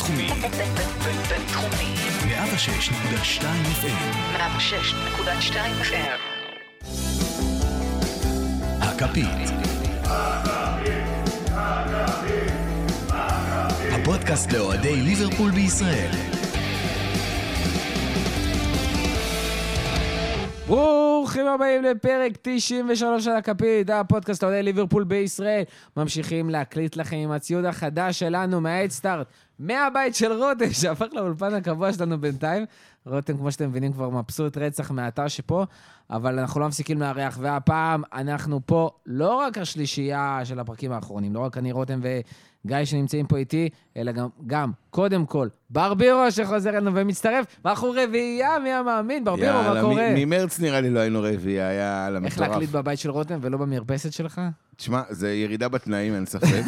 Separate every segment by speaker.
Speaker 1: בינתחומי.
Speaker 2: בינתחומי.
Speaker 1: 106.2 FM.
Speaker 2: 106.2 FM.
Speaker 1: הכפית. הפודקאסט לאוהדי ליברפול בישראל.
Speaker 3: ברוכים הבאים לפרק 93 של הכפית, הפודקאסט לאוהדי ליברפול בישראל. ממשיכים להקליט לכם עם הציוד החדש שלנו מההדסטארט, מהבית של רותם, שהפך לאולפן הקבוע שלנו בינתיים. רותם, כמו שאתם מבינים, כבר מבסוט רצח מהאתר שפה, אבל אנחנו לא מפסיקים להריח, והפעם אנחנו פה לא רק השלישייה של הפרקים האחרונים, לא רק אני, רותם וגיא שנמצאים פה איתי, אלא גם קודם כל, ברבירו שחוזר אלינו ומצטרף, ואנחנו רביעייה, מי המאמין? ברבירו, מה קורה?
Speaker 4: ממרץ נראה לי לא היינו רביעייה, היה על המטורף.
Speaker 3: איך להקליט בבית של רותם ולא במרפסת שלך?
Speaker 4: תשמע, זה ירידה בתנאים, אין ספק.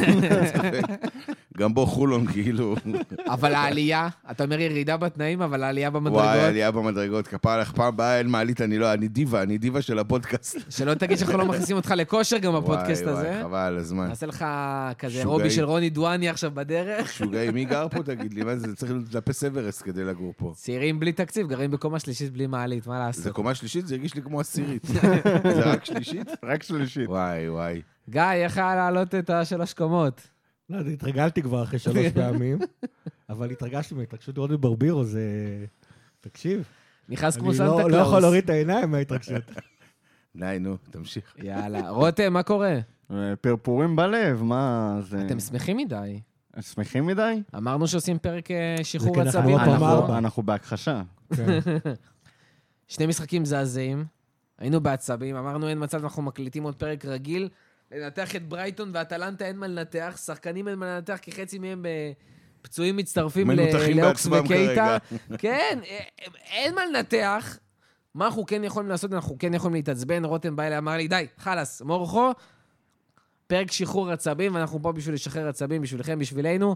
Speaker 4: גם בו חולון, כאילו.
Speaker 3: אבל העלייה, אתה אומר ירידה בתנאים, אבל העלייה במדרגות.
Speaker 4: וואי, עלייה במדרגות, כפר לך פעם באה, אין מעלית, אני דיבה של הפודקאסט.
Speaker 3: שלא תגיד שאנחנו לא מכניסים אותך לכושר גם בפודקאסט הזה.
Speaker 4: וואי, חבל על הזמן.
Speaker 3: נעשה לך כזה רובי של רוני דואני עכשיו בדרך.
Speaker 4: שוגעי, מי גר פה, תגיד לי? מה זה? צריך לטפס אברסט כדי לגור פה.
Speaker 3: צעירים בלי תקציב, גרים בקומה שלישית בלי מעלית, מה לעשות?
Speaker 4: זה קומה שלישית? זה הרגיש לי כמו עשירית. זה רק שלישית?
Speaker 5: רק שלישית.
Speaker 4: וואי.
Speaker 3: גיא, איך היה לעלות את השלוש קומות?
Speaker 5: לא, התרגלתי כבר אחרי 3 פעמים, אבל התרגשתי מההתרגשות לראות בברבירו, זה... תקשיב.
Speaker 3: נכנס כמו סנטה
Speaker 5: אני
Speaker 3: קלאוס.
Speaker 5: לא יכול להוריד את העיניים מההתרגשות.
Speaker 4: די, נו, תמשיך.
Speaker 3: יאללה. רותם, מה קורה?
Speaker 5: פרפורים בלב, מה זה...
Speaker 3: אתם שמחים מדי.
Speaker 5: שמחים מדי?
Speaker 3: אמרנו שעושים פרק שחרור
Speaker 5: זה כי
Speaker 3: עצבים.
Speaker 5: אנחנו בהכחשה.
Speaker 3: שני משחקים זעזעים. היינו בעצבים, אמרנו אין מצב, אנחנו מקליטים עוד פרק רגיל. לנתח את ברייטון ואטלנטה אין מה לנתח, שחקנים אין מה לנתח, כי חצי מהם פצועים מצטרפים לאוקס וקייטה. כן, אין מה לנתח. מה אנחנו כן יכולים לעשות? אנחנו כן יכולים להתעצבן. רותם בא אליי, אמר לי, די, חלס, מורכו, פרק שחרור עצבים, ואנחנו פה בשביל לשחרר עצבים, בשבילכם, בשבילנו.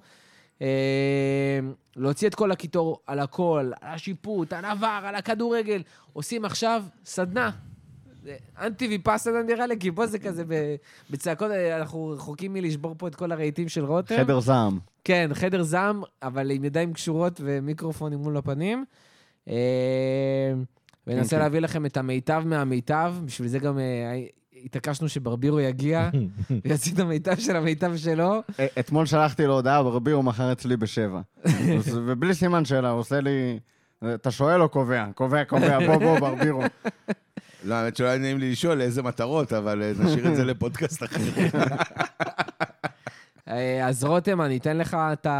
Speaker 3: להוציא את כל הקיטור על הכל, על השיפוט, על עבר, על הכדורגל. עושים עכשיו סדנה. אנטי ויפאסנה נראה לי, כי פה זה כזה בצעקות, אנחנו רחוקים מלשבור פה את כל הרהיטים של רותם.
Speaker 5: חדר זעם.
Speaker 3: כן, חדר זעם, אבל עם ידיים קשורות ומיקרופונים מול הפנים. וננסה להביא לכם את המיטב מהמיטב, בשביל זה גם התעקשנו שברבירו יגיע, ויוציא את המיטב של המיטב שלו.
Speaker 5: אתמול שלחתי לו הודעה, ברבירו מחר אצלי ב7. ובלי סימן שאלה, הוא עושה לי... אתה שואל או קובע? קובע, בוא, ברבירו.
Speaker 4: לא, האמת שלא היה נעים לי לשאול לאיזה מטרות, אבל נשאיר את זה לפודקאסט אחר.
Speaker 3: אז רותם, אני אתן לך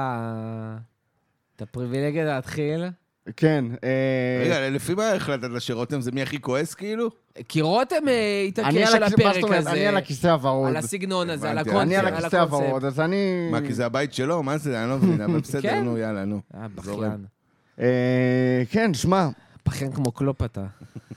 Speaker 3: את הפריבילגיה להתחיל.
Speaker 5: כן.
Speaker 4: רגע, לפי מה החלטת שרותם זה מי הכי כועס כאילו?
Speaker 3: כי רותם התעקש על הפרק הזה.
Speaker 5: אני על הכיסא הוורוד.
Speaker 3: על הסגנון הזה, על הקונספט.
Speaker 5: אני על הכיסא הוורוד, אז אני...
Speaker 4: מה, כי זה הבית שלו? מה זה? אני לא מבין, אבל בסדר, נו, יאללה, נו.
Speaker 3: בכיין.
Speaker 5: כן, שמע.
Speaker 3: בכיין כמו קלופ אתה.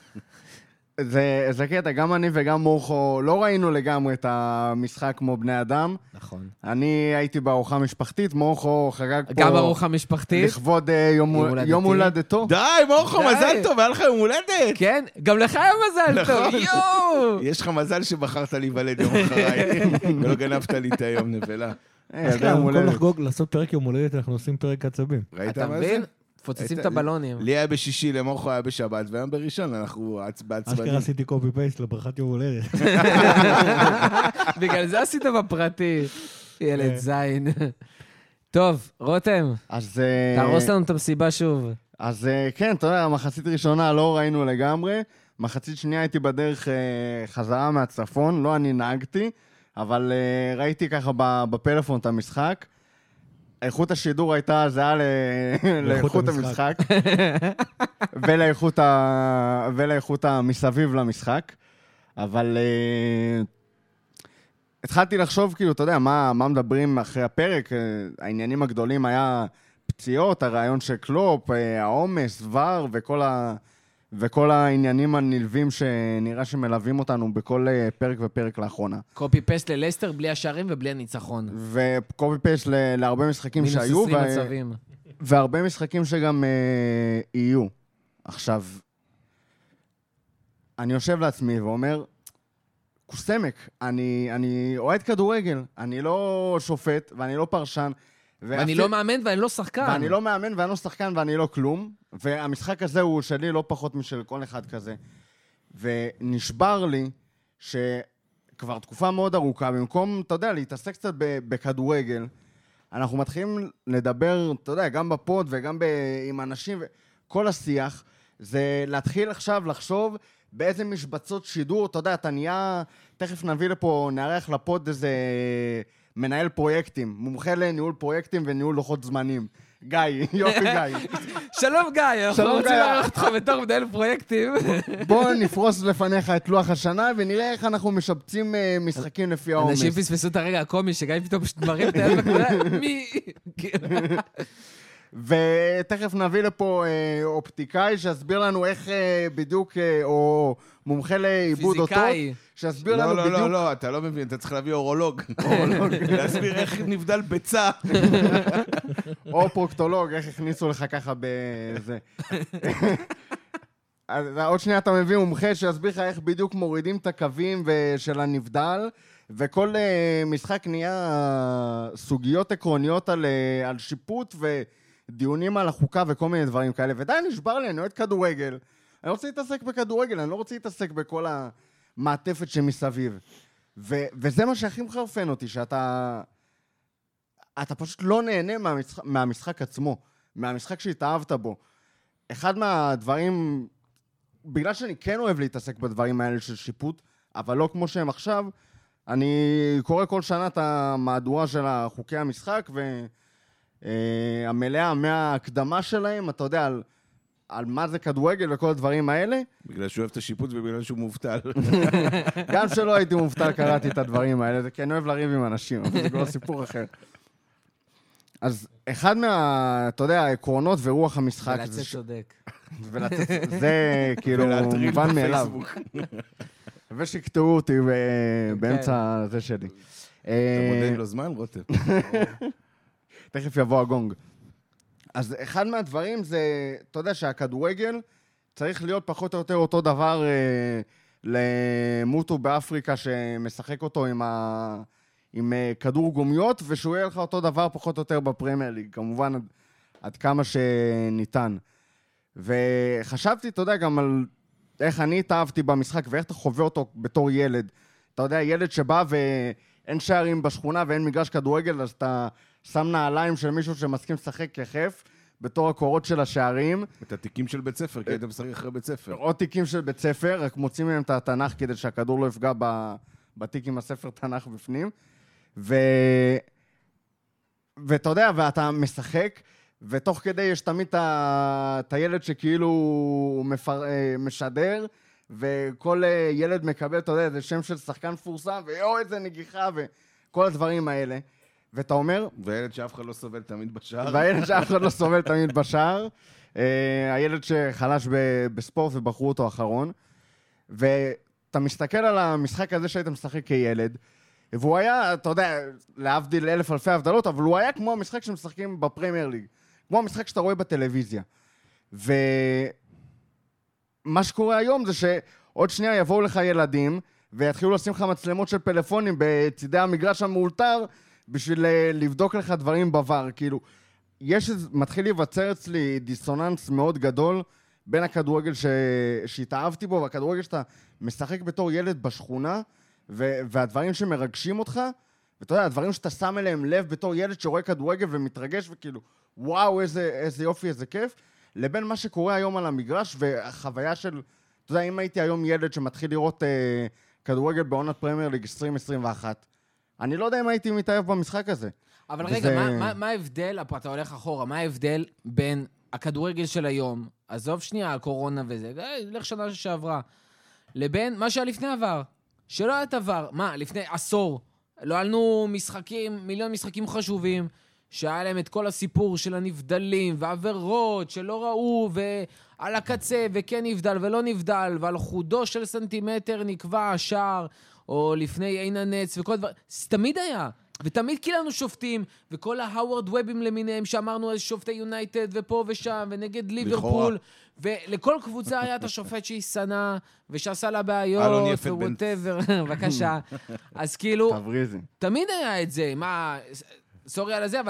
Speaker 5: זה קטע, גם אני וגם מורכו לא ראינו לגמרי את המשחק כמו בני אדם.
Speaker 3: נכון.
Speaker 5: אני הייתי בארוחה משפחתית, מורכו חגג פה...
Speaker 3: גם ארוחה משפחתית.
Speaker 5: לכבוד יום הולדתו.
Speaker 4: די, מורכו, מזל טוב, היה לך יום הולדת.
Speaker 3: כן, גם לך היה מזל טוב, יואו!
Speaker 4: יש לך מזל שבחרת להיוולד יום אחריי, ולא גנבת לי את היום נבלה.
Speaker 5: במקום לחגוג, לעשות פרק יום הולדת, אנחנו עושים פרק עצבים.
Speaker 4: ראית
Speaker 3: אתה
Speaker 4: מה זה?
Speaker 3: מבין? פוצצים את הבלונים.
Speaker 4: לי היה בשישי, למורכו היה בשבת, והיום בראשון אנחנו בעצבנים.
Speaker 5: אשכרה עשיתי קופי פייסט לברכת יום הולדת.
Speaker 3: בגלל זה עשית בפרטי, ילד זין. טוב, רותם, תהרוס לנו את המסיבה שוב.
Speaker 5: אז כן, אתה יודע, מחצית ראשונה לא ראינו לגמרי, מחצית שנייה הייתי בדרך חזרה מהצפון, לא אני נהגתי, אבל ראיתי ככה בפלאפון את המשחק, איכות השידור הייתה זהה לאיכות המשחק, ולאיכות המסביב למשחק, אבל התחלתי לחשוב, כאילו, אתה יודע, מה מדברים אחרי הפרק, העניינים הגדולים היה פציעות, הרעיון של קלופ, העומס, ור, וכל העניינים הנלווים שנראה שמלווים אותנו בכל פרק ופרק לאחרונה.
Speaker 3: קופי פסט ללסטר בלי השערים ובלי הניצחון.
Speaker 5: וקופי פסט להרבה משחקים שהיו,
Speaker 3: מינוס 20 מצבים.
Speaker 5: והרבה משחקים שגם יהיו. עכשיו, אני יושב לעצמי ואומר, קוסמק, אני אוהד כדורגל, אני לא שופט ואני לא פרשן,
Speaker 3: ואני לא מאמן ואני לא שחקן.
Speaker 5: ואני לא מאמן ואני לא שחקן ואני לא כלום, והמשחק הזה הוא שלי לא פחות משל כל אחד כזה. ונשבר לי שכבר תקופה מאוד ארוכה, במקום, אתה יודע, להתעסק קצת בכדורגל, אנחנו מתחילים לדבר, אתה יודע, גם בפוד וגם עם אנשים, כל השיח, זה להתחיל עכשיו לחשוב באיזה משבצות שידור, אתה יודע, אתה נהיה, תכף נביא לפה, נערך לפוד איזה מנהל פרויקטים, מומחה לניהול פרויקטים וניהול לוחות זמנים. גיא, יופי גיא.
Speaker 3: שלום גיא, אנחנו רוצים לערוך אותך בתור מנהל פרויקטים.
Speaker 5: בוא נפרוס לפניך את לוח השנה ונראה איך אנחנו משבצים משחקים לפי העומס.
Speaker 3: אנשים פספסו את הרגע הקומי שגיא פתאום פשוט מרים את היד וכולי, מי?
Speaker 5: ותכף נביא לפה אופטיקאי שיסביר לנו איך בדיוק, או מומחה לעיבוד אותות, שיסביר לנו בדיוק...
Speaker 4: לא, אתה לא מבין, אתה צריך להביא אורולוג. להסביר איך נבדל ביצה.
Speaker 5: או פרוקטולוג, איך הכניסו לך ככה בזה. אז עוד שנייה אתה מביא מומחה שיסביר לך איך בדיוק מורידים את הקווים של הנבדל, וכל משחק נהיה סוגיות עקרוניות על שיפוט ודיונים על החוקה וכל מיני דברים כאלה. ודי נשבר לי, אני אוהד כדורגל. אני רוצה להתעסק בכדורגל, אני לא רוצה להתעסק בכל המעטפת שמסביב. וזה מה שהכי מחרפן אותי, שאתה פשוט לא נהנה מהמשחק עצמו, מהמשחק שהתאהבת בו. אחד מהדברים, בגלל שאני כן אוהב להתעסק בדברים האלה של שיפוט, אבל לא כמו שהם עכשיו, אני קורא כל שנה את המהדורה של חוקי המשחק, והמלאה מההקדמה שלהם, אתה יודע, על מה זה כדורגל וכל הדברים האלה.
Speaker 4: בגלל שהוא אוהב את השיפוט ובגלל שהוא מובטל.
Speaker 5: גם שלא הייתי מובטל קראתי את הדברים האלה, זה כי אני אוהב לריב עם אנשים, אבל זה כבר סיפור אחר. אז אחד אתה יודע, העקרונות ורוח המשחק...
Speaker 3: ולצאת צודק.
Speaker 5: זה כאילו מובן מאליו. ושקטעו אותי באמצע זה שלי.
Speaker 4: אתה מודד לו זמן, רוטב?
Speaker 5: תכף יבוא הגונג. אז אחד מהדברים זה, אתה יודע שהכדורגל צריך להיות פחות או יותר אותו דבר למוטו באפריקה שמשחק אותו עם כדור גומיות, ושהוא יהיה לך אותו דבר פחות או יותר בפרמייר ליג, כמובן עד כמה שניתן. וחשבתי, אתה יודע, גם על איך אני התאהבתי במשחק, ואיך אתה חווה אותו בתור ילד. אתה יודע, ילד שבא ואין שערים בשכונה ואין מגרש כדורגל, אז אתה שם נעליים של מישהו שמסכים לשחק כחף, בתור הקורות של השערים.
Speaker 4: את התיקים של בית ספר, כי היית משחק אחרי בית ספר.
Speaker 5: עוד תיקים של בית ספר, רק מוצאים מהם את התנ"ך כדי שהכדור לא יפגע בתיק עם הספר תנ"ך בפנים. ואתה יודע, ואתה משחק, ותוך כדי יש תמיד את הילד שכאילו משדר, וכל ילד מקבל, אתה יודע, זה שם של שחקן פורסם, איזה נגיחה, וכל הדברים האלה. ואתה אומר...
Speaker 4: והילד שאף אחד לא סובל תמיד בשער.
Speaker 5: והילד שאף אחד לא סובל תמיד בשער. הילד שחלש בספורט ובחרו אותו אחרון. ואתה מסתכל על המשחק הזה שהיית משחק כילד, והוא היה, אתה יודע, להבדיל אלף אלפי הבדלות, אבל הוא היה כמו המשחק שמשחקים בפרמייר ליג. כמו המשחק שאתה רואה בטלוויזיה. ומה שקורה היום זה שעוד שנייה יבואו לך ילדים, ויתחילו לשים לך מצלמות של פלאפונים בצדי המגרש המאולתר, בשביל לבדוק לך דברים בעבר. כאילו, מתחיל להיווצר אצלי דיסוננס מאוד גדול, בין הכדורגל שהתאהבתי בו, והכדורגל שאתה משחק בתור ילד בשכונה, והדברים שמרגשים אותך, ואתה יודע, הדברים שאתה שם אליהם לב בתור ילד שרואה כדורגל ומתרגש, וכאילו, וואו, איזה יופי, איזה כיף, לבין מה שקורה היום על המגרש, והחוויה של, אתה יודע, אם הייתי היום ילד שמתחיל לראות כדורגל בעונת פרמייר ליג 2021, אני לא יודע אם הייתי מתאהב במשחק הזה.
Speaker 3: אבל רגע, מה ההבדל, אתה הולך אחורה, מה ההבדל בין הכדורגל של היום, עזוב שנייה, הקורונה וזה, לך שנה שעברה, לבין מה שהיה לפני עבר, שלא היה עבר, מה, לפני עשור, לא היה לנו משחקים, מיליון משחקים חשובים, שהיה להם את כל הסיפור של הנבדלים, ועבירות שלא ראו, ועל הקצה, וכן נבדל ולא נבדל, ועל חודו של סנטימטר נקבע השער, או לפני עין הנץ, וכל דבר, זה תמיד היה. ותמיד כאילו שופטים, וכל ההאוורד ובים למיניהם, שאמרנו איזה שופטי יונייטד, ופה ושם, ונגד ליברפול, ולכל קבוצה היה את השופט שהיא סנה, ושעשה לה בעיות, ווואטאבר, בבקשה. אז כאילו, תמיד היה את זה, מה, סורי על זה, אבל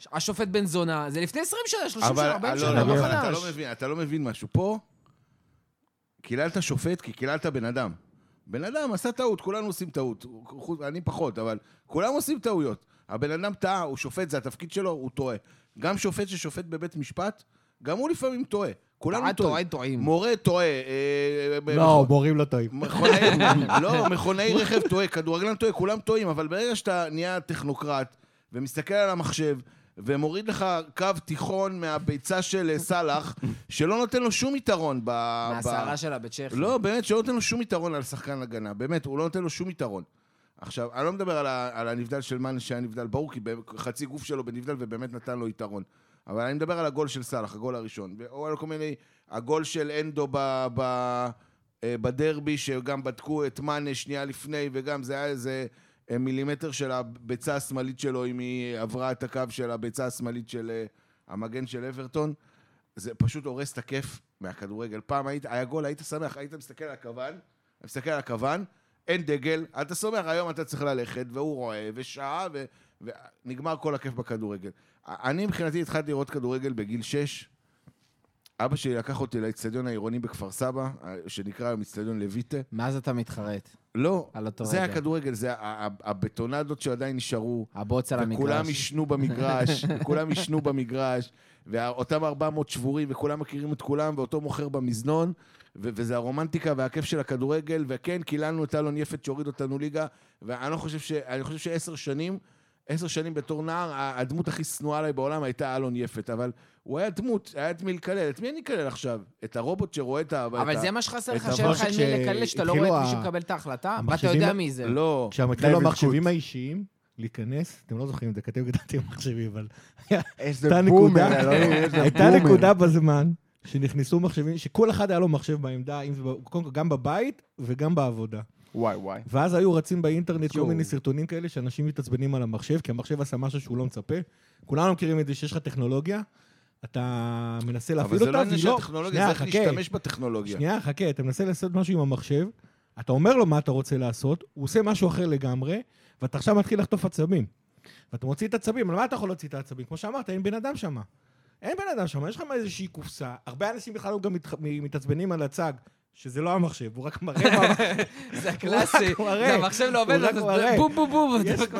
Speaker 3: השופט בן זונה, זה לפני 20 שנה, 30
Speaker 4: אבל,
Speaker 3: שנה, 40 שנה,
Speaker 4: לא,
Speaker 3: מה
Speaker 4: אבל
Speaker 3: חדש?
Speaker 4: אתה לא מבין משהו. פה, קיללת שופט כי קיללת בן אדם. בן אדם עשה טעות, כולנו עושים טעות. אני פחות, אבל כולם עושים טעויות. הבן אדם טעה, הוא שופט, זה התפקיד שלו, הוא טועה. גם שופט ששופט בבית משפט, גם הוא לפעמים טועה. כולנו טועים. מורה טועה.
Speaker 6: לא, מורים לא טועים.
Speaker 4: לא, מכונאי רכב טועה, כדורגלן טועה, כולם טועים, אבל ברגע שאתה נהיה טכנוקרט, ומסתכל על המחשב, ומוריד לך קו תיכון מהביצה של סלח, שלא נותן לו שום יתרון
Speaker 3: מהסערה שלה בצ'כיה.
Speaker 4: לא, באמת, שלא נותן לו שום יתרון על שחקן הגנה. באמת, הוא לא נותן לו שום יתרון. עכשיו, אני לא מדבר על הנבדל של מאן שהיה נבדל ברור, כי חצי גוף שלו בנבדל ובאמת נתן לו יתרון. אבל אני מדבר על הגול של סלח, הגול הראשון. או על כל מיני, הגול של אנדו בדרבי, שגם בדקו את מאן שנייה לפני, וגם זה היה איזה מילימטר של הביצה השמאלית שלו, אם היא עברה את הקו של הביצה השמאלית של המגן של אברטון. זה פשוט הורס את הכיף מהכדורגל. פעם היה גול, היית שמח, היית מסתכל על הכוון, אין דגל, אתה שמח, היום אתה צריך ללכת, והוא רואה, ושעה, ונגמר כל הכיף בכדורגל. אני מבחינתי התחלתי לראות כדורגל בגיל 6, אבא שלי לקח אותי לאצטדיון העירוני בכפר סבא, שנקרא אצטדיון לויטה.
Speaker 3: מאז אתה מתחרט.
Speaker 4: לא, זה הכדורגל, זה הבטונדות שעדיין נשארו.
Speaker 3: הבוץ על המגרש.
Speaker 4: וכולם ישנו במגרש, ואותם 400 שבורים, וכולם מכירים את כולם, ואותו מוכר במזנון, וזה הרומנטיקה והכיף של הכדורגל, וכן, קיללנו את אלון יפת שהוריד אותנו ליגה, ואני חושב ש10 שנים בתור נער, הדמות הכי שנואה עליי בעולם הייתה אלון יפת, אבל הוא היה דמות, היה את מי לקלל. את מי אני אקלל עכשיו? את הרובוט שרואה את ה...
Speaker 3: אבל זה מה שחסר לך, שאין לך את מי לקלל, שאתה לא רואה את מי שמקבל את ההחלטה? ואתה יודע מי זה.
Speaker 4: לא.
Speaker 6: כשהתחילו המחשבים האישיים להיכנס, אתם לא זוכרים את זה, כתב גדלתי המחשבים, אבל הייתה נקודה בזמן שנכנסו מחשבים, שכל אחד היה לו מחשב בעמדה, גם בבית וגם בעבודה.
Speaker 5: וואי.
Speaker 6: ואז היו רצים באינטרנט כל מיני סרטונים כאלה שאנשים מתעצבנים על המחשב, כי המחשב עשה משהו שהוא לא מצפה. כולנו מכירים את זה שיש לך טכנולוגיה, אתה מנסה להפעיל אותה,
Speaker 4: אבל זה לא עניין של טכנולוגיה, זה איך להשתמש בטכנולוגיה.
Speaker 6: שנייה, חכה, אתה מנסה לעשות משהו עם המחשב, אתה אומר לו מה אתה רוצה לעשות, הוא עושה משהו אחר לגמרי, ואתה עכשיו מתחיל לחטוף עצבים. ואתה מוציא את עצבים, אבל מה אתה יכול להוציא את העצבים? כמו שאמרת, אין בן אדם שם. יש לך איזושהי קופסה, הרבה אנשים בכלל גם מתעצבנים על הצג, שזה לא המחשב, הוא רק מראה...
Speaker 3: זה הקלאסי, זה המחשב לא עובד, בום בום בום.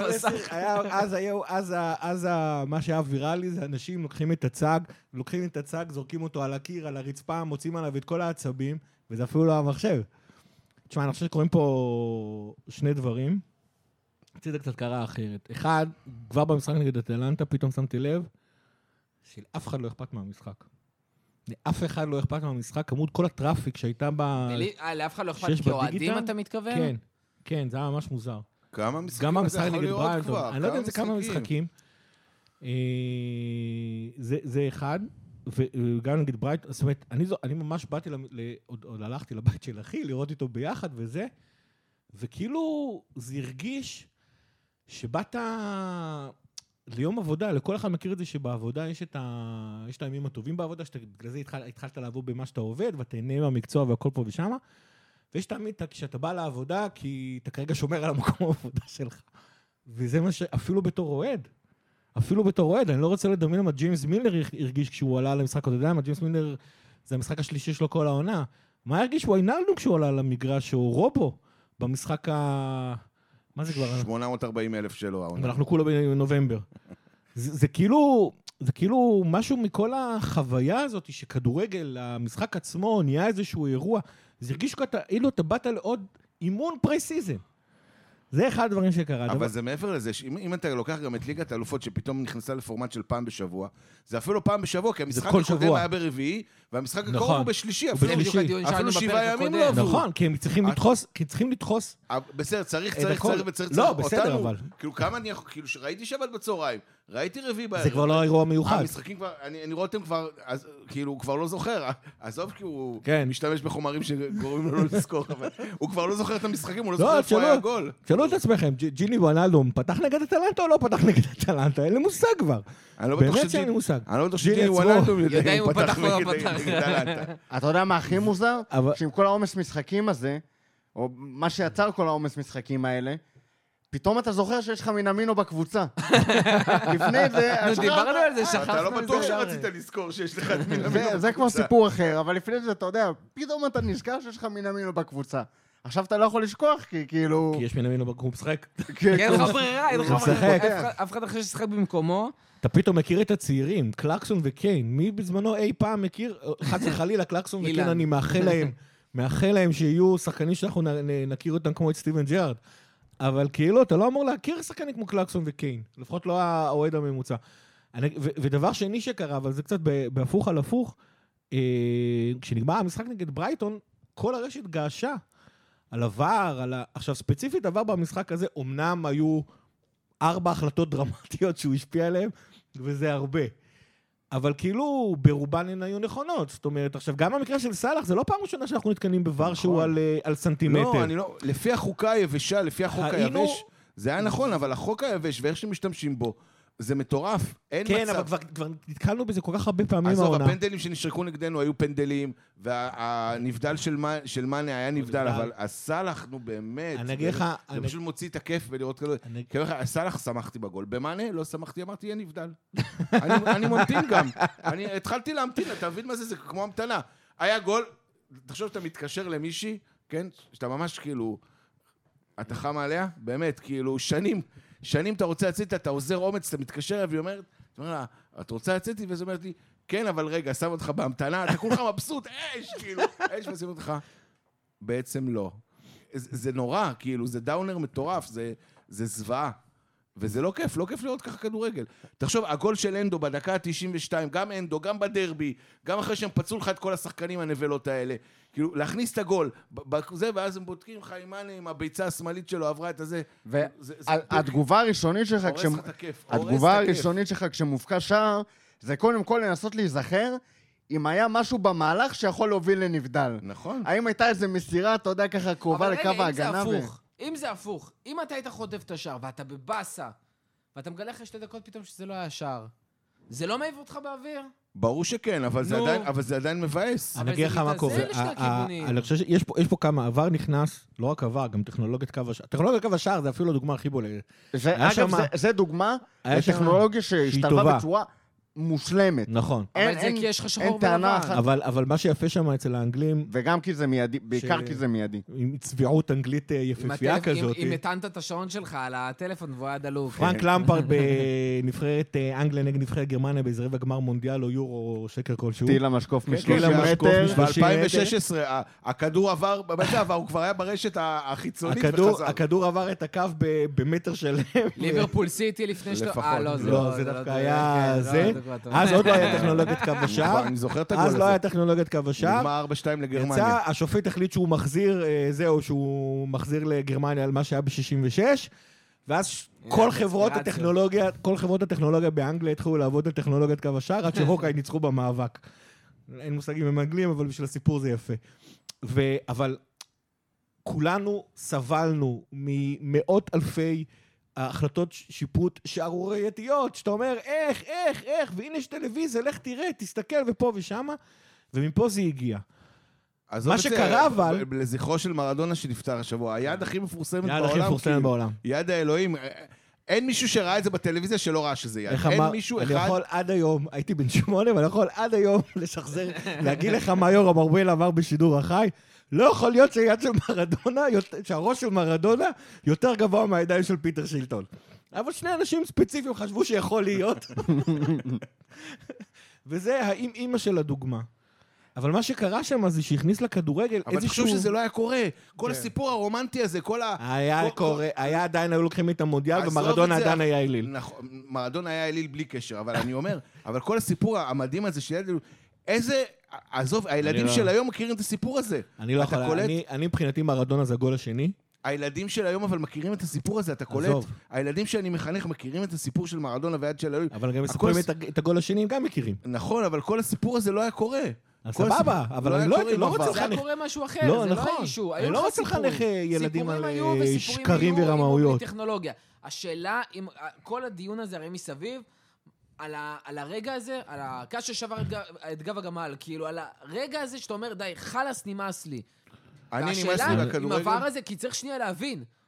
Speaker 6: אז מה שהיה ויראלי זה אנשים לוקחים את הצג, זורקים אותו על הקיר, על הרצפה, מוצאים עליו את כל העצבים, וזה אפילו לא המחשב. תשמע, אני חושב שקוראים פה שני דברים. זה קצת קרה אחרת. אחד, כבר במשחק נגד אטלנטה, פתאום שמתי לב, שלאף אחד לא אכפת מהמשחק. לאף אחד לא אכפת מהמשחק, כמות כל הטראפיק שהייתה
Speaker 3: לאף אחד לא אכפת כאוהדים, אתה מתכוון?
Speaker 6: כן, זה היה ממש מוזר.
Speaker 4: כמה משחקים אתה יכול לראות כבר?
Speaker 6: אני לא יודע אם זה כמה משחקים. זה אחד, וגם נגיד ברייט, זאת אומרת, אני ממש באתי, עוד הלכתי לבית של אחי, לראות איתו ביחד וזה, וכאילו זה הרגיש שבאת ליום עבודה, לכל אחד מכיר את זה שבעבודה יש את הימים הטובים בעבודה, שבגלל זה התחלת לעבוד במה שאתה עובד, ואתה נהנה מהמקצוע והכל פה ושמה, ויש תמיד כשאתה בא לעבודה, כי אתה כרגע שומר על המקום העבודה שלך. וזה מה שאפילו בתור אוהד, אני לא רוצה לדמיין מה ג'יימס מילר הרגיש כשהוא עלה למשחק, אתה יודע מה ג'יימס מילר, זה המשחק השלישי שלו כל העונה. מה הרגיש וויינלדום כשהוא עלה למגרש, או רובו, במשחק מה זה כבר?
Speaker 4: 840,000 שלו.
Speaker 6: ואנחנו כולו בנובמבר. זה כאילו משהו מכל החוויה הזאת, שכדורגל, המשחק עצמו, נהיה איזשהו אירוע, זה הרגיש כאילו אתה באת לעוד אימון פרי-סיזן. זה אחד הדברים שקרה.
Speaker 4: אבל זה מעבר לזה, אם אתה לוקח גם את ליגת האלופות, שפתאום נכנסה לפורמט של פעם בשבוע, זה אפילו פעם בשבוע, כי המשחק הקודם היה ברביעי, והמשחק הקרוב הוא בשלישי, אפילו 7 ימים לא עברו.
Speaker 6: נכון, כי הם צריכים לדחוס.
Speaker 4: בסדר, צריך
Speaker 6: לא, בסדר, אבל.
Speaker 4: כאילו כמה כאילו ראיתי שבת בצהריים, ראיתי רביעי בערב.
Speaker 6: זה כבר לא אירוע מיוחד.
Speaker 4: המשחקים כבר, אני רואה אותם כבר, כאילו הוא כבר לא זוכר, עזוב כי הוא משתמש בחומרים שגורמים לו לזכור, אבל הוא כבר לא זוכר את המשחקים, הוא לא זוכר איפה היה הגול.
Speaker 6: שאלו את עצמכם, ג'יני וויינלדום, פתח נגד אטלנטה או לא פתח נגד אטלנטה? אין לי מושג כבר. באמת שאין לי מושג.
Speaker 4: אני לא בטוח שג'יני וויינלדום
Speaker 3: יודע אם הוא פתח או לא פתח.
Speaker 5: אתה יודע מה הכי מוזר? שעם כל העומס משחקים הזה, או מה שיצר כל העומס משחקים האלה, פתאום אתה זוכר שיש לך מינמינו בקבוצה. לפני זה...
Speaker 3: דיברנו על זה, שכחנו.
Speaker 4: אתה לא בטוח שרצית לזכור שיש לך את מינמינו.
Speaker 5: זה כבר סיפור אחר, אבל לפני זה, אתה יודע, פתאום אתה נזכר שיש לך מינמינו בקבוצה. עכשיו אתה לא יכול לשכוח, כי כאילו...
Speaker 6: כי יש מינמינו בקבוצה משחק.
Speaker 3: אין לך ברירה, אין לך
Speaker 6: משחק.
Speaker 3: ברירה. אף אחד אחרי ששחק במקומו.
Speaker 6: אתה פתאום מכיר את הצעירים, קלקסון וקיין. מי בזמנו אי פעם מכיר, חס וחלילה, קלקסון וקיין, אני מאחל להם שיהיו שחקנים שאנחנו נכיר אותם כמו את סטיבן ג'רארד. אבל כאילו, אתה לא אמור להכיר שחקנים כמו קלקסון וקיין. לפחות לא האוהד הממוצע. ודבר שני שקרה, אבל זה קצת בהפוך על הפוך, כשנגמר המשחק נגד ברייטון, כל הרשת געשה על עבר, עכשיו ספציפית עבר במשחק הזה, אמנם היו 4 החלטות דרמטיות שהוא השפיע עליהן, וזה הרבה. אבל כאילו ברובן הן היו נכונות. זאת אומרת, עכשיו גם במקרה של סלאח, זה לא פעם ראשונה שאנחנו נתקנים בבר שהוא על סנטימטר.
Speaker 4: לא, אני לא, לפי החוקה היבשה, לפי החוק היבש, זה היה נכון, אבל החוק היבש ואיך שמשתמשים בו, זה מטורף, אין מצב.
Speaker 6: כן, אבל כבר נתקלנו בזה כל כך הרבה פעמים
Speaker 4: העונה.
Speaker 6: העונה.
Speaker 4: הפנדלים שנשרקו נגדנו היו פנדלים, והנבדל של מאנה היה נבדל, אבל הסלאח, נו באמת, זה פשוט מוציא את הכיף ולראות כאילו, כאילו הסלאח שמחתי בגול, במאנה לא שמחתי, אמרתי, יהיה נבדל. אני ממתין גם, אני התחלתי להמתין, אתה מבין מה זה? זה כמו המתנה. היה גול, תחשוב שאתה מתקשר למישהי, כן? שאתה ממש כאילו, אתה חם עליה, באמת, כאילו, שנים אתה רוצה לצאת, אתה עוזר אומץ, אתה מתקשר אליו, והיא אומרת לה, את רוצה לצאת? וזה אומרת לי, כן, אבל רגע, שם אותך בהמתנה, אתה כולך מבסוט, כאילו, ושים אותך. בעצם לא. זה נורא, כאילו, זה דאונר מטורף, זה זוועה. וזה לא כיף, לא כיף לראות ככה כדורגל. תחשוב, הגול של אנדו בדקה ה-92, גם אנדו, גם בדרבי, גם אחרי שהם פצעו לך את כל השחקנים הנבלות האלה, כאילו, להכניס את הגול, בזה, ואז הם בודקים חיימאנה עם הביצה השמאלית שלו, עברה את הזה.
Speaker 5: והתגובה הראשונית שלך, התגובה הראשונית שלך כשמופקע שער, זה קודם כל לנסות להיזכר, אם היה משהו במהלך שיכול להוביל לנבדל.
Speaker 4: נכון.
Speaker 5: האם הייתה איזו מסירה, אתה יודע, ככה קרובה לקו ההגנה?
Speaker 3: אם זה הפוך, אם אתה היית חוטף את השער, ואתה בבאסה, ואתה מגלה אחרי 2 דקות פתאום שזה לא היה שער, זה לא מעיף אותך באוויר?
Speaker 4: ברור שכן, אבל זה עדיין מבאס.
Speaker 6: אני אגיד לך מה קורה. אני חושב שיש פה כמה, עבר נכנס, לא רק עבר, גם טכנולוגיית קו השער. טכנולוגיית קו השער זה אפילו הדוגמה הכי בולטת.
Speaker 5: אגב, זה דוגמה לטכנולוגיה שהשתלבה בצורה מושלמת.
Speaker 6: נכון.
Speaker 3: אבל זה כי יש לך שחור ולבן.
Speaker 6: אבל מה שיפה שם אצל האנגלים...
Speaker 5: וגם כי זה מיידי, בעיקר כי זה מיידי.
Speaker 6: עם צביעות אנגלית יפהפייה כזאת.
Speaker 3: אם נתנת את השעון שלך על הטלפון והוא היה דלוק.
Speaker 6: פרנק למפרד בנבחרת אנגליה נגד נבחרת גרמניה באיזה רבע גמר מונדיאל או יורו או שקר כלשהו.
Speaker 5: טיל המשקוף מ-30 מטר.
Speaker 4: ב-2016 הכדור עבר, הוא כבר היה ברשת החיצונית וחזר.
Speaker 6: הכדור עבר את הקו במטר שלם.
Speaker 3: ליברפול סיטי לפני
Speaker 6: לא, זה דווקא היה זה. אז עוד לא היה טכנולוגיית קו השער.
Speaker 4: אני זוכר את הגול הזה.
Speaker 6: אז לא היה טכנולוגיית קו השער.
Speaker 4: נגמר 4-2 לגרמניה.
Speaker 6: יצא, השופט החליט שהוא מחזיר, שהוא מחזיר לגרמניה על מה שהיה ב-66, ואז כל חברות הטכנולוגיה באנגליה התחילו לעבוד על טכנולוגיית קו השער, עד שהוקאי ניצחו במאבק. אין מושגים עם אנגלים, אבל בשביל הסיפור זה יפה. אבל כולנו סבלנו ממאות אלפי ההחלטות שיפוט שערורייתיות, שאתה אומר, איך, והנה יש טלוויזיה, לך תראה, תסתכל ופה ושמה, ומפה זה הגיע. מה שקרה אבל...
Speaker 4: לזכרו של מרדונה שנפטר השבוע, היד הכי מפורסמת בעולם.
Speaker 6: יד הכי מפורסמת בעולם.
Speaker 4: יד האלוהים. אין מישהו שראה את זה בטלוויזיה שלא ראה שזה יד. אין מישהו אחד...
Speaker 6: אני יכול עד היום, הייתי בן 8, אבל אני יכול עד היום לשחזר, להגיד לך מה יורם ארבל אמר בשידור החי, לא יכול להיות שהיד של מרדונה, שהראש של מרדונה יותר גבוה מהידיים של פיטר שילטון. אבל 2 אנשים ספציפיים חשבו שיכול להיות. וזה האמא של הדוגמה. אבל מה שקרה שם זה שהכניס לכדורגל איזשהו...
Speaker 4: אבל תחשוב שזה לא היה קורה. כל הסיפור הרומנטי הזה,
Speaker 6: היה קורה, עדיין היו לוקחים את המונדיאל, ומרדונה עדיין היה אליל.
Speaker 4: נכון, מרדונה היה אליל בלי קשר, אבל אני אומר, אבל כל הסיפור המדהים הזה, איזה... עזוב, הילדים של היום מכירים את הסיפור הזה.
Speaker 6: אני לא יכול, אני מבחינתי מרדונה זה הגול השני.
Speaker 4: הילדים של היום אבל מכירים את הסיפור הזה, אתה קולט? הילדים שאני מחנך מכירים את הסיפור של מרדונה ויד של היום.
Speaker 6: אבל גם מספרים את הגול השני הם גם מכירים.
Speaker 4: נכון, אבל כל הסיפור הזה לא היה קורה.
Speaker 6: סבבה, אבל אני לא רוצה לחנך...
Speaker 3: זה היה קורה משהו אחר, זה לא אישו.
Speaker 6: אני לא רוצה לחנך ילדים על שקרים
Speaker 3: ורמאויות.
Speaker 6: ורמאויות.
Speaker 3: השאלה, אם כל הדיון הזה הרי מסביב, על הרגע הזה, על הקש ששבר את גב הגמל, כאילו על הרגע הזה שאתה אומר, די, חלס נמאס לי.
Speaker 4: אני נמאס לי בכדורגל.
Speaker 3: עם עבר הזה, כי צריך שנייה להבין,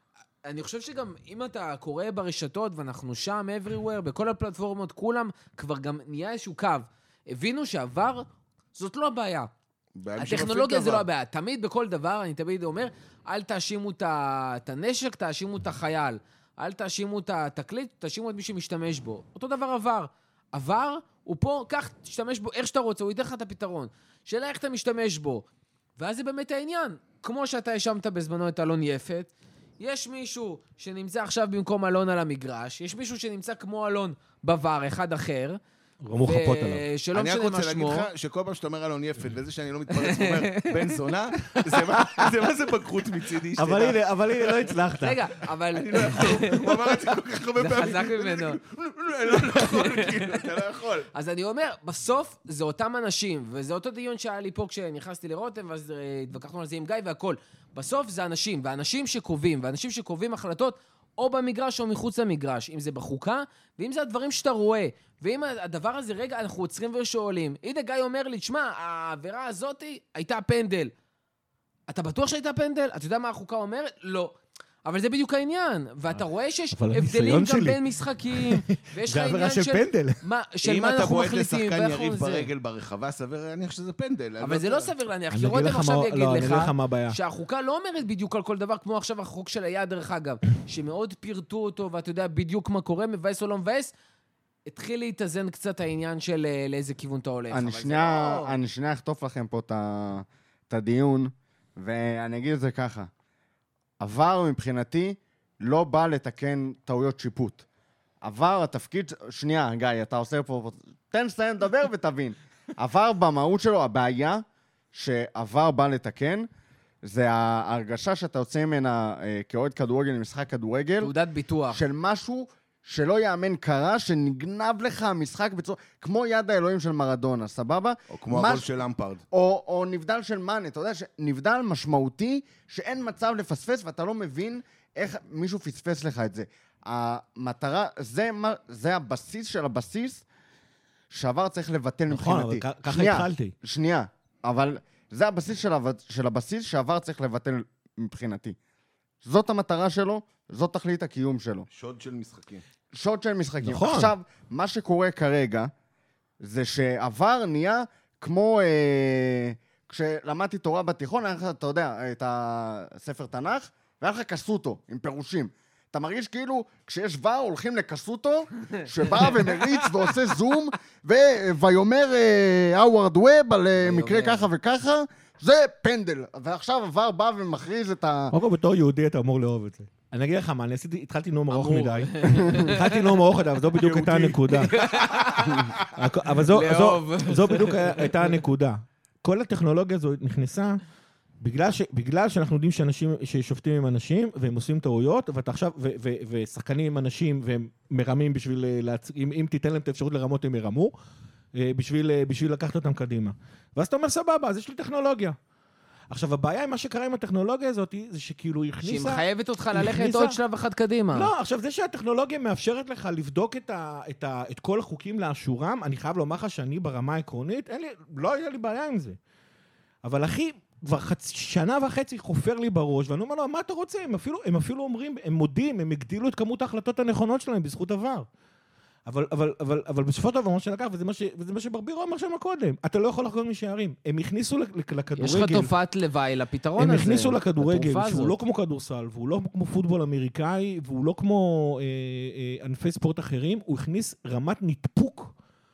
Speaker 3: אני חושב שגם אם אתה קורא ברשתות, ואנחנו שם everywhere, בכל הפלטפורמות, כולם כבר גם נהיה איזשהו קו. הבינו שעבר, זאת לא הבעיה. הטכנולוגיה זה לא הבעיה. תמיד בכל דבר, אני תמיד אומר, אל תאשימו את הנשק, תאשימו את החייל. אל תאשימו את התקליט, תאשימו את מי שמשתמש בו. אותו דבר עבר. עבר, הוא פה, כך תשתמש בו איך שאתה רוצה, הוא ייתן לך את הפתרון. שאלה איך אתה משתמש בו. ואז זה באמת העניין. כמו שאתה האשמת בזמנו את אלון יפת, יש מישהו שנמצא עכשיו במקום אלון על המגרש, יש מישהו שנמצא כמו אלון בבר, אחד אחר,
Speaker 6: רמו חפות עליו.
Speaker 3: שלא משנה מה שמו.
Speaker 4: אני רק רוצה להגיד לך שכל פעם שאתה אומר אלון יפת, וזה שאני לא מתפרץ ואומר בן זונה, זה מה זה בגרות מצידי.
Speaker 6: אבל הנה, לא הצלחת.
Speaker 3: רגע, אבל...
Speaker 4: אני לא יכול, הוא אמר את זה כל כך הרבה פעמים.
Speaker 3: זה חזק ממנו.
Speaker 4: לא יכול, כאילו, אתה לא יכול.
Speaker 3: אז אני אומר, בסוף זה אותם אנשים, וזה אותו דיון שהיה לי פה כשנכנסתי לרותם, ואז התווכחנו על זה עם גיא והכל. בסוף זה אנשים, ואנשים שקובעים, ואנשים שקובעים החלטות, או במגרש או מחוץ למגרש, אם זה בחוקה, ואם זה הדברים שאתה רואה. ואם הדבר הזה, רגע, אנחנו עוצרים ושואלים. הנה גיא אומר לי, תשמע, העבירה הזאת הייתה פנדל. אתה בטוח שהייתה פנדל? אתה יודע מה החוקה אומרת? לא. אבל זה בדיוק העניין. ואתה רואה שיש הבדלים גם בין משחקים, ויש לך עניין של
Speaker 6: פנדל.
Speaker 3: של מה אנחנו מחליטים.
Speaker 4: אם אתה בועט לשחקן יריב ברגל ברחבה, סביר להניח שזה פנדל.
Speaker 3: אבל זה לא סביר להניח, כי רותם עכשיו יגיד לך שהחוקה לא אומרת בדיוק על כל דבר, כמו עכשיו החוק של היד, דרך אגב, שמאוד פירטו אותו, ואתה יודע בדיוק מה קורה, מבאס או לא מבאס, התחיל להתאזן קצת העניין של לאיזה כיוון אתה הולך.
Speaker 5: אני שנייה אחטוף לכם פה את הדיון, ואני אגיד את זה ככה. עבר מבחינתי לא בא לתקן טעויות שיפוט. עבר התפקיד... שנייה, גיא, אתה עושה פה... תן סיים לדבר ותבין. עבר במהות שלו, הבעיה שעבר בא לתקן, זה ההרגשה שאתה יוצא ממנה כאוהד כדורגל למשחק כדורגל.
Speaker 3: תעודת ביטוח.
Speaker 5: של משהו שלא יאמן קרה, שנגנב לך המשחק בצורה... כמו יד האלוהים של מרדונה, סבבה?
Speaker 4: או כמו הגול של למפרד.
Speaker 5: או נבדל של מאנה, אתה יודע, נבדל משמעותי שאין מצב לפספס, ואתה לא מבין איך מישהו פספס לך את זה. המטרה, זה הבסיס של הבסיס, שעבר צריך לבטל מבחינתי.
Speaker 6: נכון, אבל ככה התחלתי.
Speaker 5: שנייה, אבל זה הבסיס של הבסיס שעבר צריך לבטל מבחינתי. זאת המטרה שלו, זאת תכלית הקיום שלו.
Speaker 4: שוד של משחקים.
Speaker 5: שוד של משחקים.
Speaker 6: נכון.
Speaker 5: עכשיו, מה שקורה כרגע, זה שעבר נהיה כמו... כשלמדתי תורה בתיכון, היה לך, אתה יודע, את הספר תנ"ך, והיה לך קסוטו, עם פירושים. אתה מרגיש כאילו, כשיש ור, הולכים לקסוטו, שבא ומריץ ועושה זום, ויאמר האוורד ווב על מקרה ככה וככה, זה פנדל. ועכשיו עבר בא ומכריז את ה...
Speaker 6: קודם כל, בתור יהודי אתה אמור לאהוב את זה. אני אגיד לך מה, התחלתי נאום ארוך מדי. התחלתי נאום ארוך מדי, אבל זו בדיוק הייתה הנקודה. אבל זו בדיוק הייתה הנקודה. כל הטכנולוגיה הזו נכנסה, בגלל שאנחנו יודעים שאנשים ששופטים עם אנשים, והם עושים טעויות, ואתה עכשיו, ושחקנים עם אנשים, והם מרמים בשביל, אם תיתן להם את האפשרות לרמות, הם ירמו, בשביל לקחת אותם קדימה. ואז אתה אומר, סבבה, אז יש לי טכנולוגיה. עכשיו, הבעיה עם מה שקרה עם הטכנולוגיה הזאת, זה שכאילו היא הכניסה...
Speaker 3: שהיא מחייבת אותך ללכת עוד שלב אחד קדימה.
Speaker 6: לא, עכשיו, זה שהטכנולוגיה מאפשרת לך לבדוק את כל החוקים לאשורם, אני חייב לומר לך שאני ברמה העקרונית, לא היה לי בעיה עם זה. אבל אחי, כבר שנה וחצי חופר לי בראש, ואני אומר לו, מה אתה רוצה? הם אפילו אומרים, הם מודים, הם הגדילו את כמות ההחלטות הנכונות שלהם בזכות עבר. אבל בסופו של דבר, מה שלקח, וזה מה שברבירו אמר שם קודם, אתה לא יכול לחגוג משערים. הם הכניסו לכדורגל...
Speaker 3: יש לך תופעת לוואי לפתרון הזה.
Speaker 6: הם הכניסו לכדורגל, שהוא לא כמו כדורסל, והוא לא כמו פוטבול אמריקאי, והוא לא כמו ענפי ספורט אחרים, הוא הכניס רמת נדפוק,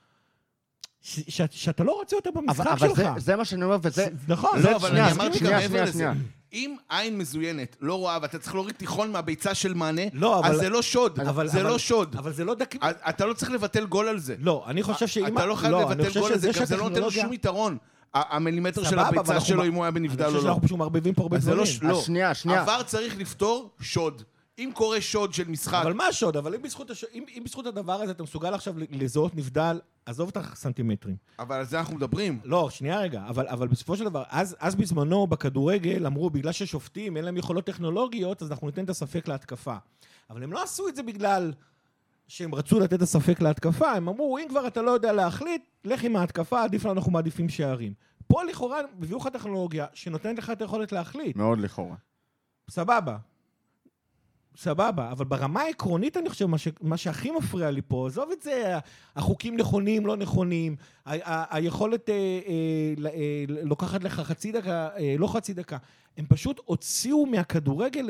Speaker 6: שאתה לא רוצה אותה במשחק שלך.
Speaker 5: אבל זה מה שאני אומר, וזה...
Speaker 6: נכון.
Speaker 4: לא, אבל אני אמרתי גם מעבר לזה. אם עין מזוינת לא רואה, ואתה צריך להוריד תיכון מהביצה של מאנה, אז זה לא שוד. זה לא שוד.
Speaker 6: אבל זה לא דק...
Speaker 4: אתה לא צריך לבטל גול על זה.
Speaker 6: לא, אני חושב שאם...
Speaker 4: אתה לא חייב לבטל גול על זה, גם זה לא נותן לו שום יתרון. המילימטר של הביצה שלו, אם הוא היה בנבדל או לא.
Speaker 6: אני חושב שאנחנו פשוט מערבבים פה הרבה דברים.
Speaker 4: לא,
Speaker 5: שנייה.
Speaker 4: עבר צריך לפתור שוד. אם קורה שוד של משחק...
Speaker 6: אבל מה השוד? אבל אם בזכות הדבר הזה אתה מסוגל עכשיו לזהות נבדל, עזוב את הסנטימטרים.
Speaker 4: אבל על זה אנחנו מדברים.
Speaker 6: לא, שנייה רגע, אבל בסופו של דבר, אז בזמנו בכדורגל אמרו, בגלל ששופטים אין להם יכולות טכנולוגיות, אז אנחנו ניתן את הספק להתקפה. אבל הם לא עשו את זה בגלל שהם רצו לתת את הספק להתקפה, הם אמרו, אם כבר אתה לא יודע להחליט, לך עם ההתקפה, עדיף לנו, אנחנו מעדיפים שערים. פה לכאורה הביאו לך טכנולוגיה שנותנת לך את היכולת להחליט.
Speaker 5: מאוד לכאורה.
Speaker 6: סבבה. סבבה, אבל ברמה העקרונית אני חושב, מה שהכי מפריע לי פה, עזוב את זה, החוקים נכונים, לא נכונים, היכולת לוקחת לך חצי דקה, לא חצי דקה, הם פשוט הוציאו מהכדורגל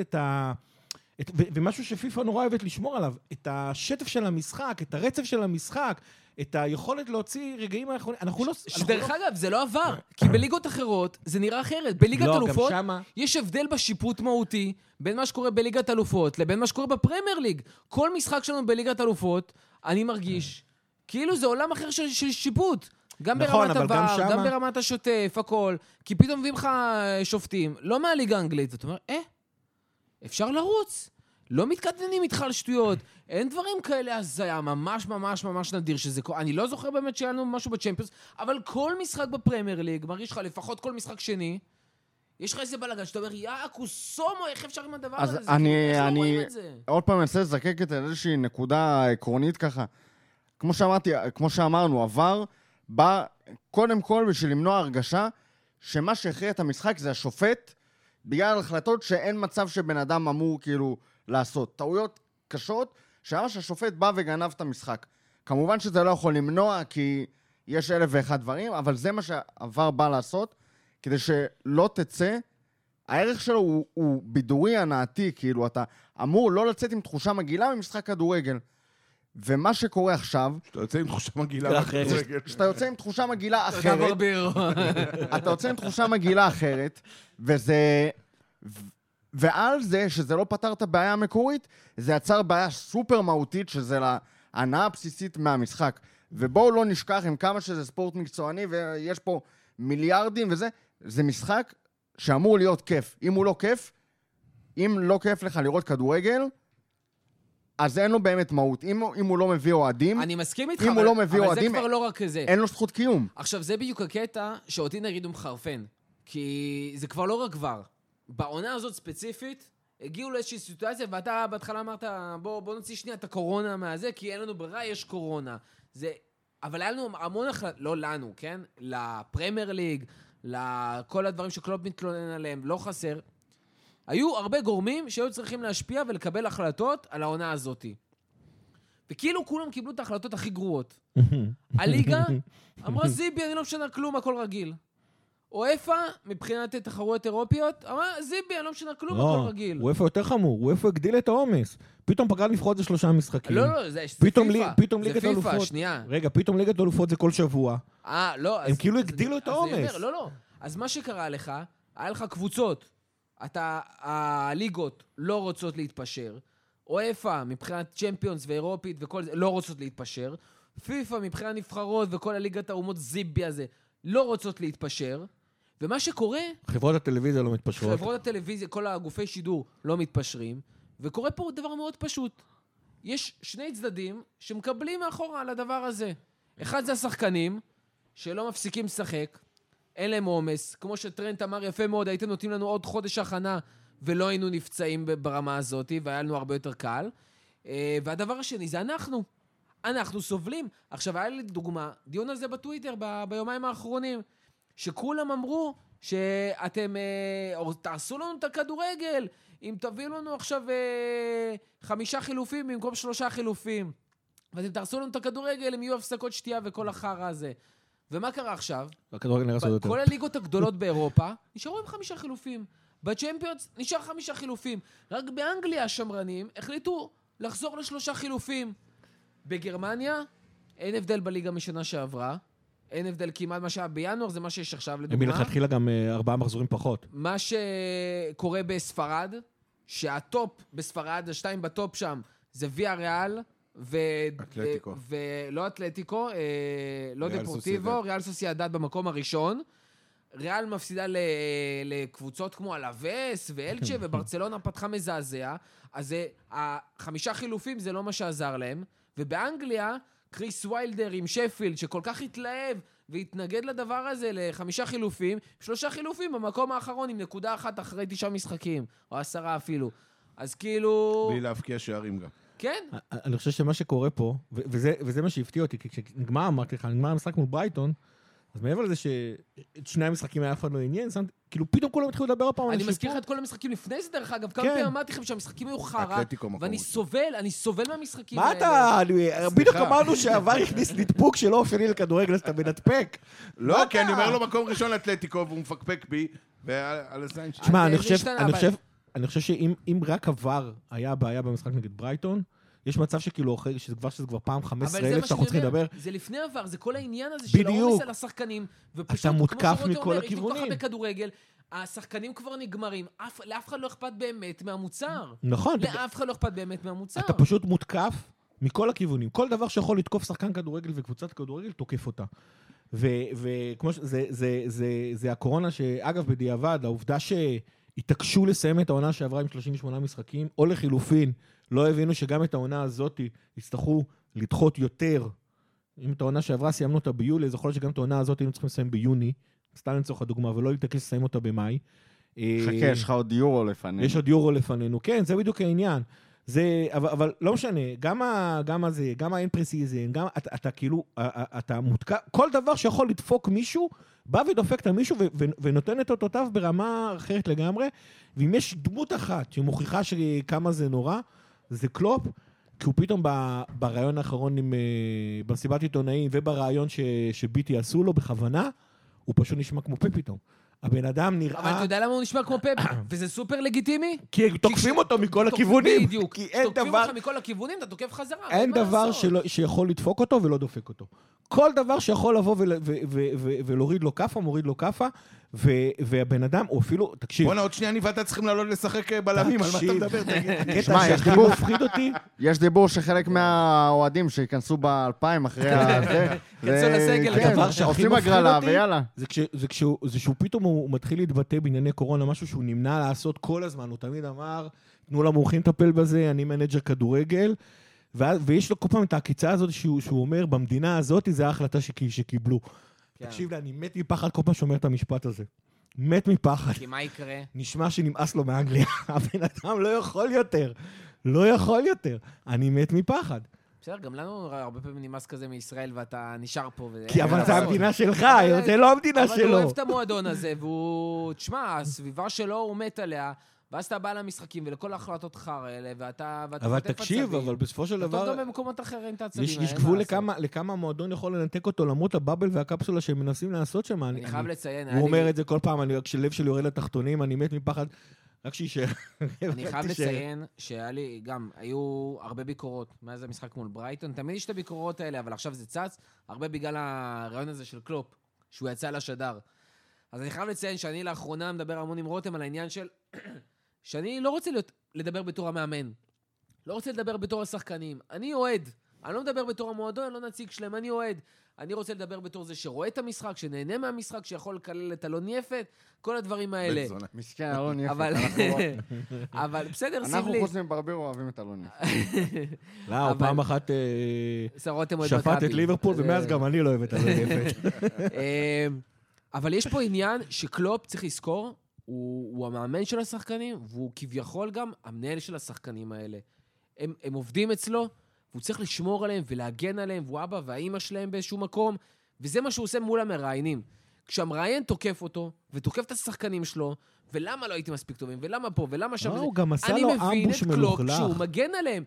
Speaker 6: ומשהו שפיפה נורא אוהבת לשמור עליו, את השטף של המשחק, את הרצף של המשחק, את היכולת להוציא רגעים האחרונים,
Speaker 3: שדרך אגב, זה לא עבר, כי בליגות אחרות זה נראה אחרת. בליגת אלופות יש הבדל בשיפוט מהותי בין מה שקורה בליגת אלופות לבין מה שקורה בפרמייר ליג. כל משחק שלנו בליגת אלופות, אני מרגיש כאילו זה עולם אחר של שיפוט. גם ברמת עבר, גם ברמת השוטף, הכל. כי פתאום מביאים לך שופטים, לא מהליגה האנגלית. זאת אומרת, אפשר לרוץ. לא מתקטנים איתך על שטויות. אין דברים כאלה, אז זה היה ממש ממש ממש נדיר שזה... אני לא זוכר באמת שהיה לנו משהו בצ'מפיונס, אבל כל משחק בפרמייר ליג, מרגיש לך לפחות כל משחק שני, יש לך איזה בלגן, שאתה אומר, יאקו סומו, איך אפשר עם הדבר הזה?
Speaker 5: אז אני עוד פעם אנסה לזקק את איזושהי נקודה עקרונית ככה. כמו שאמרנו, עבר, בא קודם כל בשביל למנוע הרגשה, שמה שהכריע את המשחק זה השופט, בגלל החלטות שאין מצב שבן אדם אמור כאילו לעשות. טעויות קשות, שממש השופט בא וגנב את המשחק. כמובן שזה לא יכול למנוע, כי יש 1,001 דברים, אבל זה מה שעבר בא לעשות, כדי שלא תצא, הערך שלו הוא בידורי הנעתי, כאילו אתה אמור לא לצאת עם תחושה מגעילה ממשחק כדורגל. ומה שקורה עכשיו...
Speaker 4: שאתה יוצא עם תחושה מגעילה בכדורגל.
Speaker 5: שאתה יוצא עם תחושה מגעילה אחרת. אתה יוצא עם תחושה מגעילה אחרת, וזה... ועל זה, שזה לא פתר את הבעיה המקורית, זה יצר בעיה סופר מהותית, שזה להנאה הבסיסית מהמשחק. ובואו לא נשכח עם כמה שזה ספורט מקצועני, ויש פה מיליארדים וזה, זה משחק שאמור להיות כיף. אם הוא לא כיף, אם לא כיף לך לראות כדורגל, אז אין לו באמת מהות. אם הוא לא מביא אוהדים,
Speaker 3: אני מסכים איתך,
Speaker 5: אבל
Speaker 3: זה כבר לא רק זה.
Speaker 5: אין לו זכות קיום.
Speaker 3: עכשיו, זה בדיוק הקטע שאותי נגיד הוא מחרפן. כי זה כבר לא רק כבר. בעונה הזאת ספציפית, הגיעו לאיזושהי סיטואציה, ואתה בהתחלה אמרת, בוא נוציא שנייה את הקורונה מהזה, כי אין לנו ברירה, יש קורונה. אבל היה לנו המון לא לנו, כן? לפרמייר ליג, לכל הדברים שקלופ מתלונן עליהם, לא חסר. היו הרבה גורמים שהיו צריכים להשפיע ולקבל החלטות על העונה הזאת. וכאילו כולם קיבלו את ההחלטות הכי גרועות. הליגה אמרה, זיבי, אני לא משנה כלום, הכל רגיל. או איפה, מבחינת תחרויות אירופיות, אמרה, זיבי, אני לא משנה כלום, הכל רגיל.
Speaker 6: הוא איפה יותר חמור, הוא איפה הגדיל את העומס. פתאום פגרת נבחרות זה 3 משחקים.
Speaker 3: לא, זה פיפה.
Speaker 6: פתאום
Speaker 3: זה
Speaker 6: ליגת
Speaker 3: פיפה,
Speaker 6: אלופות.
Speaker 3: שנייה.
Speaker 6: רגע, פתאום ליגת אלופות זה כל שבוע.
Speaker 3: לא.
Speaker 6: הם כאילו הגדילו את העומס.
Speaker 3: לא. אז מה שקרה לך, היה לך קבוצות. הליגות לא רוצות להתפשר. או איפה, מבחינת צ'מפיונס ואירופית וכל זה, לא רוצות להתפשר. פיפה, מבחינת נבחרות וכל הליגת האומות זיבי הזה, לא רוצות להתפשר. ומה שקורה...
Speaker 6: חברות הטלוויזיה לא מתפשרות.
Speaker 3: חברות הטלוויזיה, כל הגופי שידור לא מתפשרים. וקורה פה דבר מאוד פשוט. יש שני צדדים שמקבלים מאחורה על הדבר הזה. אחד זה השחקנים, שלא מפסיקים לשחק, אין להם עומס. כמו שטרנט אמר יפה מאוד, הייתם נותנים לנו עוד חודש הכנה, ולא היינו נפצעים ברמה הזאת, והיה לנו הרבה יותר קל. והדבר השני זה אנחנו. אנחנו סובלים. עכשיו, היה לי דוגמה, דיון על זה בטוויטר ביומיים האחרונים, שכולם אמרו שאתם, או תעשו לנו את הכדורגל, אם תביאו לנו עכשיו 5 חילופים במקום 3 חילופים, ואתם תעשו לנו את הכדורגל, הם יהיו הפסקות שתייה וכל החרא הזה. ומה קרה עכשיו? כל הליגות הגדולות באירופה נשארו עם 5 חילופים. בצ'מפיונס נשאר 5 חילופים. רק באנגליה השמרנים החליטו לחזור ל3 חילופים. בגרמניה אין הבדל בליגה משנה שעברה. אין הבדל כמעט מה שהיה בינואר, זה מה שיש עכשיו לדוגמה.
Speaker 6: מלכתחילה גם 4 מחזורים פחות.
Speaker 3: מה שקורה בספרד, שהטופ בספרד, 2 בטופ שם, זה ויה ריאל, ולא אתלטיקו, לא דפורטיבו, ריאל סוסיידד במקום הראשון. ריאל מפסידה לקבוצות כמו אלווס ואלצ'ה, וברצלונה פתחה מזעזע, אז 5 חילופים זה לא מה שעזר להם. ובאנגליה, קריס ויילדר עם שפילד, שכל כך התלהב והתנגד לדבר הזה ל5 חילופים, 3 חילופים במקום האחרון עם 1 אחרי 9 משחקים, או 10 אפילו. אז כאילו...
Speaker 4: בלי להפקיע שערים גם.
Speaker 3: כן.
Speaker 6: אני חושב שמה שקורה פה, וזה מה שהפתיע אותי, כי כשנגמר, אמרתי לך, נגמר המשחק מול ברייטון, אז מעבר לזה שאת שני המשחקים היה אף אחד לא עניין, כאילו פתאום כולם התחילו לדבר הפעם.
Speaker 3: אני מזכיר לך את כל המשחקים לפני זה, דרך אגב, כמה פעמים אמרתי לכם שהמשחקים היו חרא, ואני סובל מהמשחקים
Speaker 6: האלה. מה אתה? בדיוק אמרנו שהעבר הכניס נדפוק שלא אופייני לכדורגל, אז אתה מדפק.
Speaker 4: לא, כי אני אומר לו מקום ראשון אתלטיקו, והוא מפקפק בי, ועל הזין שלי.
Speaker 6: תשמע, אני חושב שאם רק עבר היה בעיה במשחק נגד ברייטון, יש מצב שכאילו אחרי, שזה כבר פעם 15,000 שאנחנו צריכים לדבר.
Speaker 3: זה לפני עבר, זה כל העניין הזה של העומס על השחקנים.
Speaker 6: אתה מותקף מכל הכיוונים.
Speaker 3: יש לי כל כך בכדורגל, השחקנים כבר נגמרים, לאף אחד לא אכפת באמת מהמוצר.
Speaker 6: נכון.
Speaker 3: לאף אחד לא אכפת באמת מהמוצר.
Speaker 6: אתה פשוט מותקף מכל הכיוונים. כל דבר שיכול לתקוף שחקן כדורגל וקבוצת כדורגל, תוקף אותה. וכמו זה הקורונה שאגב בדיעבד, העובדה שהתעקשו לסיים את העונה שעברה עם 38 משחקים, או לחילופין, לא הבינו שגם את העונה הזאת יצטרכו לדחות יותר. אם את העונה שעברה סיימנו אותה ביולי, אז יכול להיות שגם את העונה הזאת היינו צריכים לסיים ביוני, סתם לצורך הדוגמה, ולא להתעקש לסיים אותה במאי.
Speaker 5: חכה, יש לך עוד יורו לפנינו.
Speaker 6: יש עוד יורו לפנינו, כן, זה בדיוק העניין. אבל לא משנה, גם האין פרסיזן, גם אתה כאילו, אתה מותקע, כל דבר שיכול לדפוק מישהו, בא ודופק את מישהו ונותן את אותותיו ברמה אחרת לגמרי, ואם יש דמות אחת שמוכיחה שכמה זה נורא, זה קלופ, כי הוא פתאום ברעיון האחרון במסיבת עיתונאים וברעיון שביטי עשו לו בכוונה, הוא פשוט נשמע כמו פה פתאום. הבן אדם נראה...
Speaker 3: אבל אתה יודע למה הוא נשמע כמו פפ? וזה סופר לגיטימי?
Speaker 6: כי תוקפים אותו מכל הכיוונים.
Speaker 3: בדיוק. תוקפים אותך מכל הכיוונים, אתה תוקף חזרה.
Speaker 6: אין דבר שיכול לדפוק אותו ולא דופק אותו. כל דבר שיכול לבוא ולהוריד לו כפה, מוריד לו כפה, והבן אדם, או אפילו, תקשיב.
Speaker 4: בוא'נה, עוד שנייה אני ואתה צריכים לעלות לשחק בלמים, על מה אתה מדבר?
Speaker 6: שמע, יש דיבור מפחיד אותי.
Speaker 5: יש דיבור שחלק מהאוהדים שיכנסו ב-2000 אחרי הזה.
Speaker 3: כנסו לסגל.
Speaker 6: הדבר שהכי
Speaker 5: עושים
Speaker 6: מפחיד
Speaker 5: הגרלה
Speaker 6: אותי,
Speaker 5: ויאללה.
Speaker 6: זה שהוא פתאום הוא מתחיל להתבטא בענייני קורונה, משהו שהוא נמנע לעשות כל הזמן. הוא תמיד אמר, תנו למומחים לטפל בזה, אני מנג'ר כדורגל. ויש לו כל פעם את העקיצה הזאת שהוא אומר, במדינה הזאת זה ההחלטה שקיבלו. תקשיב לי, אני מת מפחד כל פעם שאומר את המשפט הזה. מת מפחד.
Speaker 3: כי מה יקרה?
Speaker 6: נשמע שנמאס לו מאנגליה. הבן אדם לא יכול יותר. לא יכול יותר. אני מת מפחד.
Speaker 3: בסדר, גם לנו הרבה פעמים נמאס כזה מישראל ואתה נשאר פה.
Speaker 6: כי אבל זה המדינה שלך, זה לא המדינה שלו.
Speaker 3: אבל הוא אוהב את המועדון הזה, והוא, תשמע, הסביבה שלו הוא מת עליה, ואז אתה בא למשחקים ולכל ההחלטות חר האלה, ואתה
Speaker 6: אבל תקשיב, אבל בסופו של דבר...
Speaker 3: אתה גם במקומות אחרים את העצבים האלה.
Speaker 6: יש גבול לכמה המועדון יכול לנתק אותו, למרות הבאבל והקפסולה שהם מנסים לעשות שם.
Speaker 3: אני חייב לציין.
Speaker 6: הוא אומר את זה כל פעם, כשלב שלי יורד לתחתונים, אני מת מפחד. רק שישאר.
Speaker 3: אני חייב לציין שהיה לי גם, היו הרבה ביקורות מאז המשחק מול ברייטון, תמיד יש את הביקורות האלה, אבל עכשיו זה צץ, הרבה בגלל הרעיון הזה של קלופ, שהוא יצא לשדר. אז אני חייב לציין שאני לאחרונה מדבר המון עם רותם על העניין של, שאני לא רוצה לדבר בתור המאמן, לא רוצה לדבר בתור השחקנים, אני אוהד, אני לא מדבר בתור המועדון, אני לא נציג שלהם, אני אוהד. אני רוצה לדבר בתור זה שרואה את המשחק, שנהנה מהמשחק, שיכול לקלל את אלון יפת, כל הדברים האלה.
Speaker 5: מסכן, אלון יפת.
Speaker 3: אבל בסדר, שים
Speaker 5: אנחנו
Speaker 3: לי.
Speaker 5: חוץ מברביר אוהבים את אלון יפת.
Speaker 6: לא, פעם אחת שפט את ליברפול, ומאז גם אני לא אוהב את אלון יפת.
Speaker 3: אבל יש פה עניין שקלופ, צריך לזכור, הוא המאמן של השחקנים, והוא כביכול גם המנהל של השחקנים האלה. הם עובדים אצלו, והוא צריך לשמור עליהם ולהגן עליהם, והוא אבא והאמא שלהם באיזשהו מקום, וזה מה שהוא עושה מול המראיינים. כשהמראיין תוקף אותו, ותוקף את השחקנים שלו, ולמה לא הייתי מספיק טובים, ולמה פה, ולמה שם...
Speaker 6: הוא גם עשה לו אמבוש מלוכלך. אני מבין את קלופ
Speaker 3: כשהוא מגן עליהם,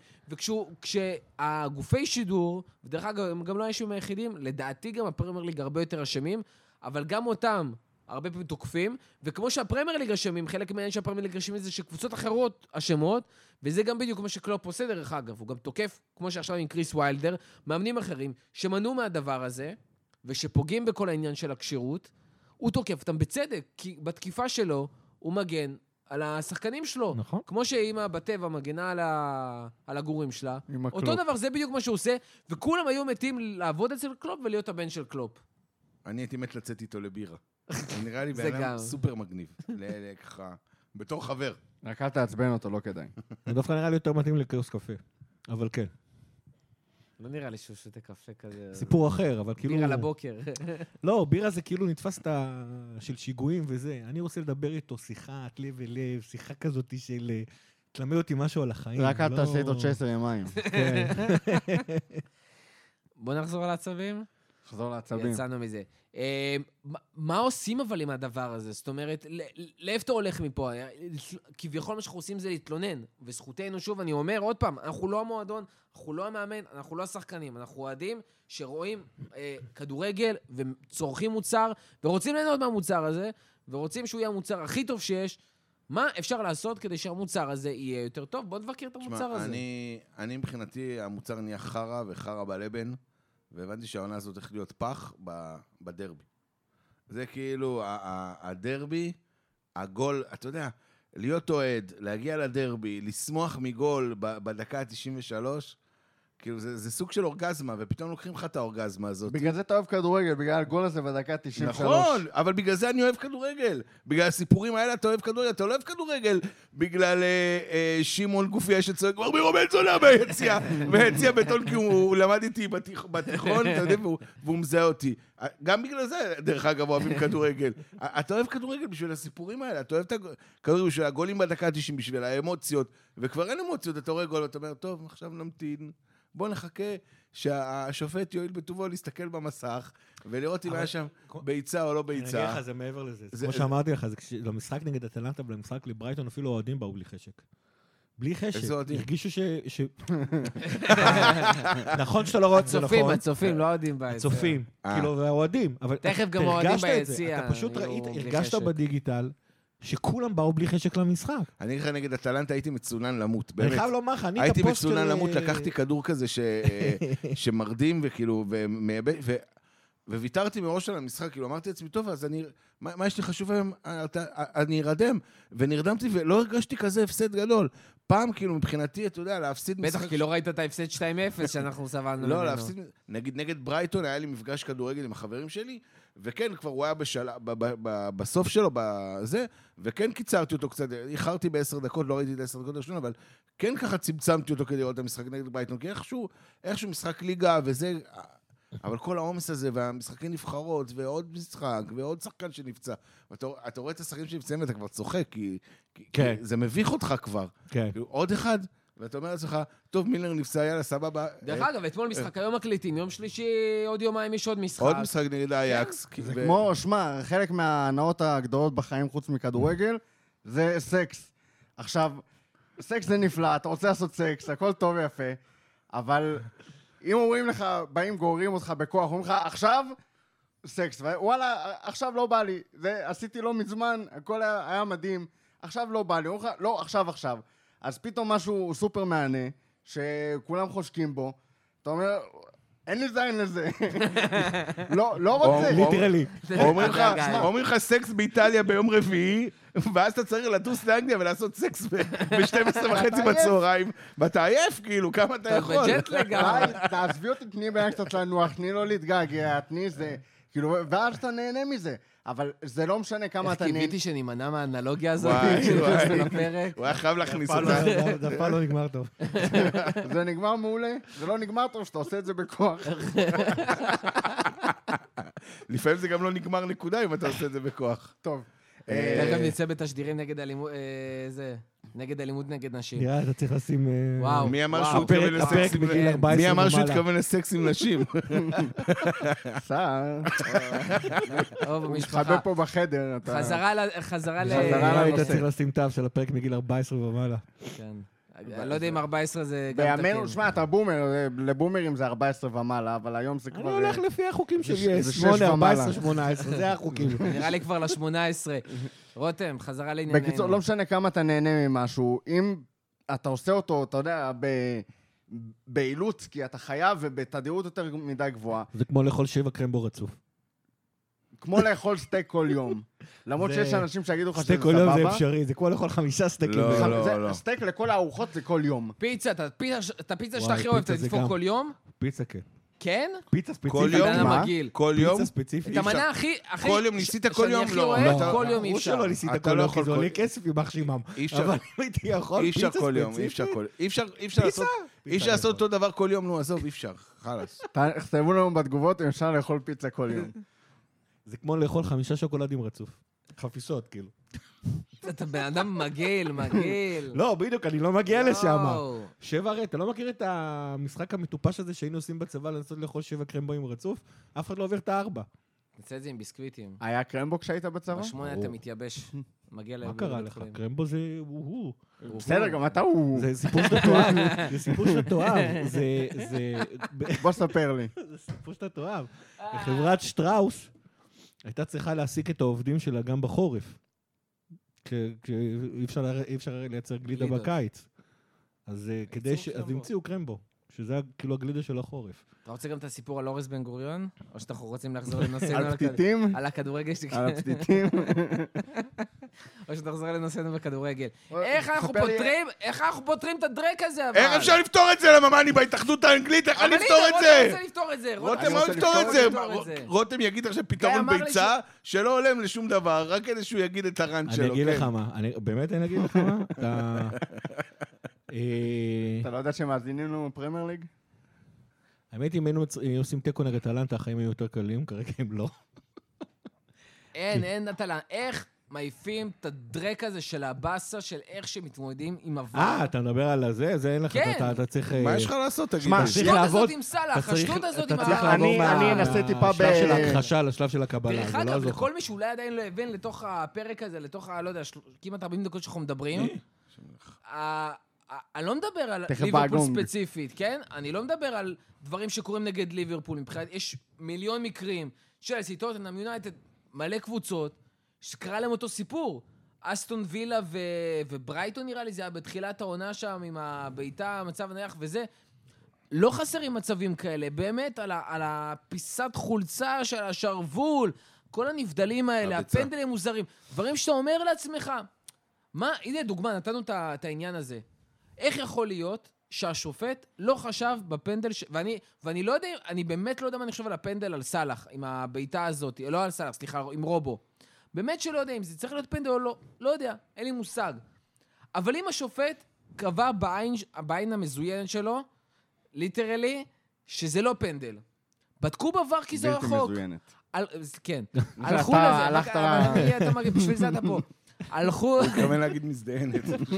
Speaker 3: וכשהגופי שידור, ודרך אגב, הם גם לא היו היחידים, לדעתי גם הפרמייר ליג הרבה יותר אשמים, אבל גם אותם הרבה פעמים תוקפים, וכמו שהפרמייר ליג אשמים, חלק מהעניין שהפרמייר ליג אשמים זה שקבוצות אחרות אשמות, וזה גם בדיוק מה שקלופ עושה דרך אגב, הוא גם תוקף, כמו שעכשיו עם קריס ויילדר, מאמנים אחרים, שמנעו מהדבר הזה, ושפוגעים בכל העניין של הקשירות, הוא תוקף אותם בצדק, כי בתקיפה שלו הוא מגן על השחקנים שלו.
Speaker 6: נכון.
Speaker 3: כמו שאמא בטבע מגנה על הגורים שלה, אותו דבר, זה בדיוק מה שהוא עושה, וכולם היו מתים לעבוד אצל קלופ ולהיות הבן של קלופ.
Speaker 4: אני הייתי מת לצאת איתו לבירה. נראה לי בעולם סופר מגניב. ככה, בתור חבר.
Speaker 5: רק אל תעצבן אותו, לא כדאי.
Speaker 6: זה דווקא נראה לי יותר מתאים לקריוס קפה. אבל כן.
Speaker 3: לא נראה לי שהוא שותה קפה כזה.
Speaker 6: סיפור אחר, אבל כאילו...
Speaker 3: בירה לבוקר.
Speaker 6: לא, בירה זה כאילו נתפס של שיגועים וזה. אני רוצה לדבר איתו שיחת לב אל לב, שיחה כזאת של... תלמד אותי משהו על החיים.
Speaker 5: רק אל תעשה איתו 16 ימיים.
Speaker 3: בוא נחזור על העצבים.
Speaker 5: חזור לעצבים.
Speaker 3: יצאנו מזה. מה עושים אבל עם הדבר הזה? זאת אומרת, לאיפה אתה הולך מפה? כביכול מה שאנחנו עושים זה להתלונן, וזכותנו, שוב, אני אומר עוד פעם, אנחנו לא המועדון, אנחנו לא המאמן, אנחנו לא השחקנים, אנחנו אוהדים שרואים כדורגל וצורכים מוצר, ורוצים ליהנות מהמוצר הזה, ורוצים שהוא יהיה המוצר הכי טוב שיש. מה אפשר לעשות כדי שהמוצר הזה יהיה יותר טוב? בוא נבקר את המוצר הזה.
Speaker 4: אני מבחינתי, המוצר נהיה חרה וחרה בלבן, והבנתי שהעונה הזאת הולכת להיות פח בדרבי. זה כאילו, הדרבי, הגול, אתה יודע, להיות אוהד, להגיע לדרבי, לשמוח מגול בדקה ה-93, כאילו זה סוג של אורגזמה, ופתאום לוקחים לך את האורגזמה הזאת.
Speaker 5: בגלל זה אתה אוהב כדורגל, בגלל הגול הזה בדקה 93.
Speaker 4: נכון, אבל בגלל זה אני אוהב כדורגל. בגלל הסיפורים האלה אתה אוהב כדורגל. אתה לא אוהב כדורגל בגלל שמעון גופיה שצועק, כבר מרומל צונה ביציע בטון, כי הוא למד איתי בתיכון, אתה יודע, והוא מזהה אותי. גם בגלל זה, דרך אגב, אוהבים כדורגל. אתה אוהב כדורגל בשביל הסיפורים האלה, אתה אוהב את הכדורגל בשביל הגולים בדקה 90, בשביל האמוציות, וכבר אין אמוציות, אתה רואה גול ואתה אומר, טוב, עכשיו נמתין. בוא נחכה שהשופט יועיל בטובו להסתכל במסך, ולראות אם היה שם ביצה או לא ביצה.
Speaker 6: אני אגיד לך, זה מעבר לזה. כמו שאמרתי לך, למשחק נגד אטלנטה ולמשחק לברייטון, אפילו האוהדים באו בלי חשק. בלי חשק. הרגישו נכון שאתה לא רואה את זה נכון.
Speaker 3: הצופים, לא האוהדים ביציע.
Speaker 6: הצופים, כאילו, והאוהדים.
Speaker 3: תכף גם האוהדים ביציע.
Speaker 6: אתה פשוט הרגשת בדיגיטל, שכולם באו בלי חשק למשחק.
Speaker 4: אני אגיד לך, נגד אטלנטה הייתי מצונן למות,
Speaker 6: באמת. אני חייב לומר לך, אני את
Speaker 4: הפוסט
Speaker 6: של...
Speaker 4: הייתי מצונן למות, לקחתי כדור כזה שמרדים וכאילו, וויתרתי מראש על המשחק, כאילו אמרתי לעצמי, טוב, אז מה יש לי חשוב היום? אני ארדם, ונרדמתי ולא הרגשתי כזה הפסד גדול. פעם כאילו מבחינתי, אתה יודע, להפסיד משחק...
Speaker 3: בטח, כי לא ראית את ההפסד 2-0 שאנחנו סבלנו ממנו.
Speaker 4: לא, להפסיד... נגד ברייטון היה לי מפגש כדורגל עם החברים שלי, וכן, כבר הוא היה בסוף שלו, בזה, וכן קיצרתי אותו קצת, איחרתי ב10 דקות, לא ראיתי את 10 דקות הראשון, אבל כן ככה צמצמתי אותו כדי לראות את המשחק נגד ברייטון, כי איכשהו משחק ליגה וזה... אבל כל העומס הזה, והמשחקי נבחרות, ועוד משחק, ועוד שחקן שנפצע, אתה רואה את השחקנים שנפצעים ואתה כבר צוחק, כי זה מביך אותך כבר. עוד אחד, ואתה אומר לעצמך, טוב, מילר נפצע, יאללה, סבבה.
Speaker 3: דרך אגב, אתמול משחק, היום מקליטים, יום שלישי, עוד יומיים יש עוד משחק.
Speaker 4: עוד משחק נגד האייקס.
Speaker 5: זה כמו, שמע, חלק מההנאות הגדולות בחיים חוץ מכדורגל, זה סקס. עכשיו, סקס זה נפלא, אתה רוצה לעשות סקס, הכל טוב ויפה, אבל... אם אומרים לך, באים גוררים אותך בכוח, אומרים לך, עכשיו, סקס, וואלה, עכשיו לא בא לי, זה עשיתי לא מזמן, הכל היה מדהים, עכשיו לא בא לי, אומרים לך, לא, עכשיו. אז פתאום משהו סופר מענה, שכולם חושקים בו, אתה אומר, אין לי זין לזה, לא רוצה.
Speaker 6: ליטרלי.
Speaker 4: אומרים לך סקס באיטליה ביום רביעי, ואז אתה צריך לטוס לאנגליה ולעשות סקס ב-12:30 בצהריים, ואתה עייף, כאילו, כמה אתה יכול.
Speaker 5: תעזבי אותי, תני בעיה קצת לנוח, תני לא להתגעגע, תני זה, כאילו, ואז אתה נהנה מזה. אבל זה לא משנה כמה אתה נהנה.
Speaker 3: איך קיוויתי שנימנע מהאנלוגיה הזאת,
Speaker 4: הוא היה חייב להכניס אותה.
Speaker 6: זה אף פעם לא נגמר טוב.
Speaker 5: זה נגמר מעולה, זה לא נגמר טוב שאתה עושה את זה בכוח.
Speaker 4: לפעמים זה גם לא נגמר נקודה אם אתה עושה את זה בכוח.
Speaker 5: טוב.
Speaker 3: תכף נצא בתשדירים נגד אלימות, נגד אלימות נגד נשים.
Speaker 6: נראה, אתה צריך לשים...
Speaker 3: וואו.
Speaker 4: מי אמר שהוא התכוון לסקס עם נשים?
Speaker 5: סער.
Speaker 3: טוב,
Speaker 5: הוא
Speaker 3: במשפחה.
Speaker 5: מתחבא פה בחדר.
Speaker 3: חזרה
Speaker 6: היית צריך לשים תו של הפרק מגיל 14 ומעלה.
Speaker 3: כן. אני לא יודע אם 14 זה גם תקין.
Speaker 5: בימינו, שמע, אתה בומר, לבומרים זה 14 ומעלה, אבל היום זה כבר...
Speaker 6: אני הולך לפי החוקים שלי,
Speaker 5: זה
Speaker 6: 8, 14, 18, זה החוקים.
Speaker 3: נראה לי כבר ל-18. רותם, חזרה לענייננו.
Speaker 5: בקיצור, לא משנה כמה אתה נהנה ממשהו, אם אתה עושה אותו, אתה יודע, באילוץ, כי אתה חייב ובתדירות יותר מדי גבוהה.
Speaker 6: זה כמו לאכול 7 קרמבו רצוף.
Speaker 5: כמו לאכול סטייק כל יום. למרות שיש אנשים שיגידו לך שזה
Speaker 6: סטייק כל יום זה אפשרי, זה כמו לאכול 5 סטייקים.
Speaker 4: לא.
Speaker 5: סטייק לכל הארוחות זה כל יום.
Speaker 3: פיצה, את הפיצה שאתה הכי אוהב, אתה תדפוק כל יום?
Speaker 6: פיצה כן.
Speaker 3: כן?
Speaker 6: פיצה ספציפית.
Speaker 4: כל יום?
Speaker 3: מה?
Speaker 4: כל יום?
Speaker 6: פיצה ספציפית.
Speaker 3: את המנה הכי...
Speaker 4: כל יום ניסית כל יום?
Speaker 3: שאני הכי אוהב,
Speaker 6: לא.
Speaker 3: כל יום אי אפשר.
Speaker 6: שלא ניסית כל יום, כי זה עולה כסף עם אח שימם. אבל אם הייתי יכול פיצה ספציפית...
Speaker 4: אי אפשר לעשות אותו דבר כל יום, נו, עזוב, אי אפשר. חלאס.
Speaker 5: תכתבו לנו בתגובות אם אפשר לאכול פיצה כל יום.
Speaker 6: זה כמו לאכול 5 שוקולדים רצוף. חפיסות, כאילו.
Speaker 3: אתה בן אדם מגעיל.
Speaker 6: לא, בדיוק, אני לא מגיע לשם.
Speaker 3: יואו.
Speaker 6: 7 הרי, אתה לא מכיר את המשחק המטופש הזה שהיינו עושים בצבא לנסות לאכול 7 קרמבואים רצוף? אף אחד לא עובר את 4.
Speaker 3: נצא את זה עם ביסקוויטים.
Speaker 5: היה קרמבו כשהיית בצבא?
Speaker 3: ב8 אתה מתייבש. מגיע
Speaker 6: מה קרה לך? קרמבו זה...
Speaker 5: בסדר, גם אתה הוא...
Speaker 6: זה סיפור שאתה תאהב. זה סיפור שאתה תאהב.
Speaker 5: בוא ספר לי.
Speaker 6: זה סיפור שאתה תאהב. חברת שטראוס הייתה צריכה להעסיק את העובדים שלה גם בחורף. אי אפשר לייצר גלידה
Speaker 3: גלידות.
Speaker 6: בקיץ. אז המציאו קרמבו, שזה כאילו הגלידה של החורף.
Speaker 3: אתה רוצה גם את הסיפור על אורז בן גוריון? או שאנחנו רוצים לחזור לנושאנו
Speaker 5: על פתיתים?
Speaker 3: על הכדורגל?
Speaker 5: על הפתיתים?
Speaker 3: או שנחזור לנושאנו בכדורגל.
Speaker 5: ספר
Speaker 3: איך אנחנו פותרים את הדרק הזה, אבל?
Speaker 4: איך אפשר לפתור את זה? למה, מה, אני בהתאחדות האנגלית? איך אני אפתור את זה?
Speaker 3: רותם רוצה לפתור את זה.
Speaker 4: רותם
Speaker 5: אני
Speaker 4: מה
Speaker 5: רוצה
Speaker 4: לפתור את
Speaker 3: לפתור
Speaker 4: זה?
Speaker 3: את זה.
Speaker 4: רותם יגיד עכשיו פתרון
Speaker 3: אמר לי
Speaker 4: ביצה שלא הולם לשום דבר, רק כדי שהוא יגיד את הרנט שלו.
Speaker 6: אני אגיד
Speaker 4: כן.
Speaker 6: לך מה, באמת אני אגיד לך מה?
Speaker 5: אתה לא יודע שמאזינים לנו בפרמייר ליג?
Speaker 6: האמת, אם היינו עושים תיקו נגד אטלנטה, החיים היו יותר קלים, כרגע הם לא.
Speaker 3: אין נטלן. איך מעיפים את הדרק הזה של הבאסה, של איך שמתמודדים עם עבר?
Speaker 6: אתה מדבר על זה? זה אין לך,
Speaker 3: כן.
Speaker 6: אתה צריך...
Speaker 4: מה יש לך לעשות? תגיד
Speaker 5: שמע,
Speaker 4: לי.
Speaker 6: צריך
Speaker 3: השטות
Speaker 6: לעבוד-
Speaker 3: הזאת עם סלאח, השטות הזאת עם
Speaker 6: אתה צריך
Speaker 3: ה...
Speaker 6: לעבור
Speaker 5: אני אנסה טיפה
Speaker 6: מהשלב של ההכחשה לשלב של הקבלה.
Speaker 3: דרך
Speaker 6: זה לא
Speaker 3: אגב,
Speaker 6: יעזור לך.
Speaker 3: לכל מי שאולי עדיין לא הבין לתוך הפרק הזה, לתוך ה... לא יודע, כמעט 40 דקות שאנחנו מדברים, אני לא מדבר על
Speaker 5: תכף
Speaker 3: ליברפול
Speaker 5: באגונג.
Speaker 3: ספציפית, כן? אני לא מדבר על דברים שקורים נגד ליברפול. מבחינת, יש מיליון מקרים של טוטנהאם יונייטד, מלא קבוצות, שקרה להם אותו סיפור. אסטון וילה וברייטון נראה לי, זה היה בתחילת העונה שם עם הביתה, המצב הנייח וזה. לא חסרים מצבים כאלה, באמת על הפיסת חולצה של השרוול, כל הנבדלים האלה,
Speaker 4: הביצה.
Speaker 3: הפנדלים מוזרים, דברים שאתה אומר לעצמך, מה, הנה דוגמה, נתנו את העניין הזה. איך יכול להיות שהשופט לא חשב בפנדל, ואני לא יודע, אני באמת לא יודע מה אני חושב על הפנדל על סלאח, עם הביתה הזאת, לא על סלאח, סליחה, עם רובו. באמת שלא יודע אם זה צריך להיות פנדל או לא, לא יודע, אין לי מושג. אבל אם השופט קבע בעין המזוינת שלו, ליטרלי, שזה לא פנדל. בדקו בעבר כי זה
Speaker 5: בלתי
Speaker 3: רחוק.
Speaker 5: מזוינת.
Speaker 3: כן.
Speaker 5: אתה
Speaker 3: הלכו לזה.
Speaker 5: הלכת
Speaker 3: אתה מגיד, בשביל זה אתה פה. הלכו...
Speaker 4: מתכוון להגיד מזדיינת.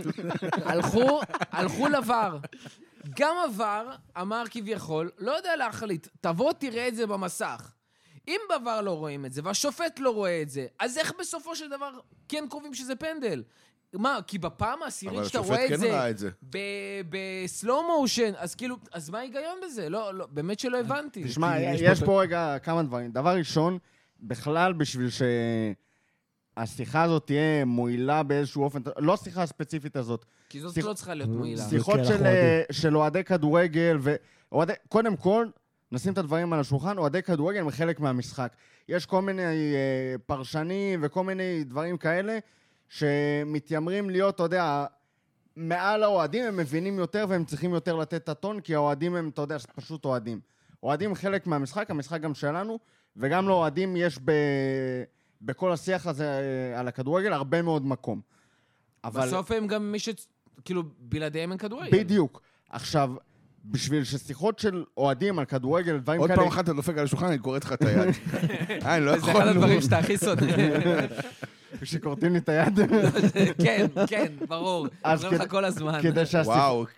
Speaker 3: הלכו לבר. גם עבר אמר כביכול, לא יודע להחליט, תבוא תראה את זה במסך. אם בעבר לא רואים את זה, והשופט לא רואה את זה, אז איך בסופו של דבר כן קובעים שזה פנדל? מה, כי בפעם העשירית שאתה רואה את זה,
Speaker 4: אבל השופט כן ראה את זה.
Speaker 3: בסלואו מושן, אז כאילו, אז מה ההיגיון בזה? לא, באמת שלא הבנתי.
Speaker 5: תשמע, יש פה רגע כמה דברים. דבר ראשון, בכלל בשביל שהשיחה הזאת תהיה מועילה באיזשהו אופן, לא השיחה הספציפית הזאת,
Speaker 3: כי זאת לא צריכה להיות מועילה.
Speaker 5: שיחות
Speaker 6: אנחנו אוהדים.
Speaker 5: של אוהדי כדורגל, קודם כל, נשים את הדברים על השולחן, אוהדי כדורגל הם חלק מהמשחק. יש כל מיני פרשנים וכל מיני דברים כאלה, שמתיימרים להיות, אתה יודע, מעל האוהדים, הם מבינים יותר והם צריכים יותר לתת את הטון, כי האוהדים הם, אתה יודע, פשוט אוהדים. אוהדים חלק מהמשחק, המשחק גם שלנו, וגם לאוהדים יש בכל השיח הזה על הכדורגל הרבה מאוד מקום. אבל...
Speaker 3: בסוף הם גם מי כאילו, בלעדיהם אין כדורגל.
Speaker 5: בדיוק. עכשיו, בשביל ששיחות של אוהדים על כדורגל, דברים
Speaker 4: עוד
Speaker 5: כאלה...
Speaker 4: פעם אחת אתה דופק על השולחן, אני קוראת לך את היד. אני לא
Speaker 3: זה
Speaker 4: יכול...
Speaker 3: אחד הדברים שאתה הכי שונא.
Speaker 5: כשקורטים לי את היד.
Speaker 3: כן, כן, ברור.
Speaker 5: אז
Speaker 3: אומרים לך כל הזמן.
Speaker 5: כדי שהשיחות...
Speaker 4: וואו.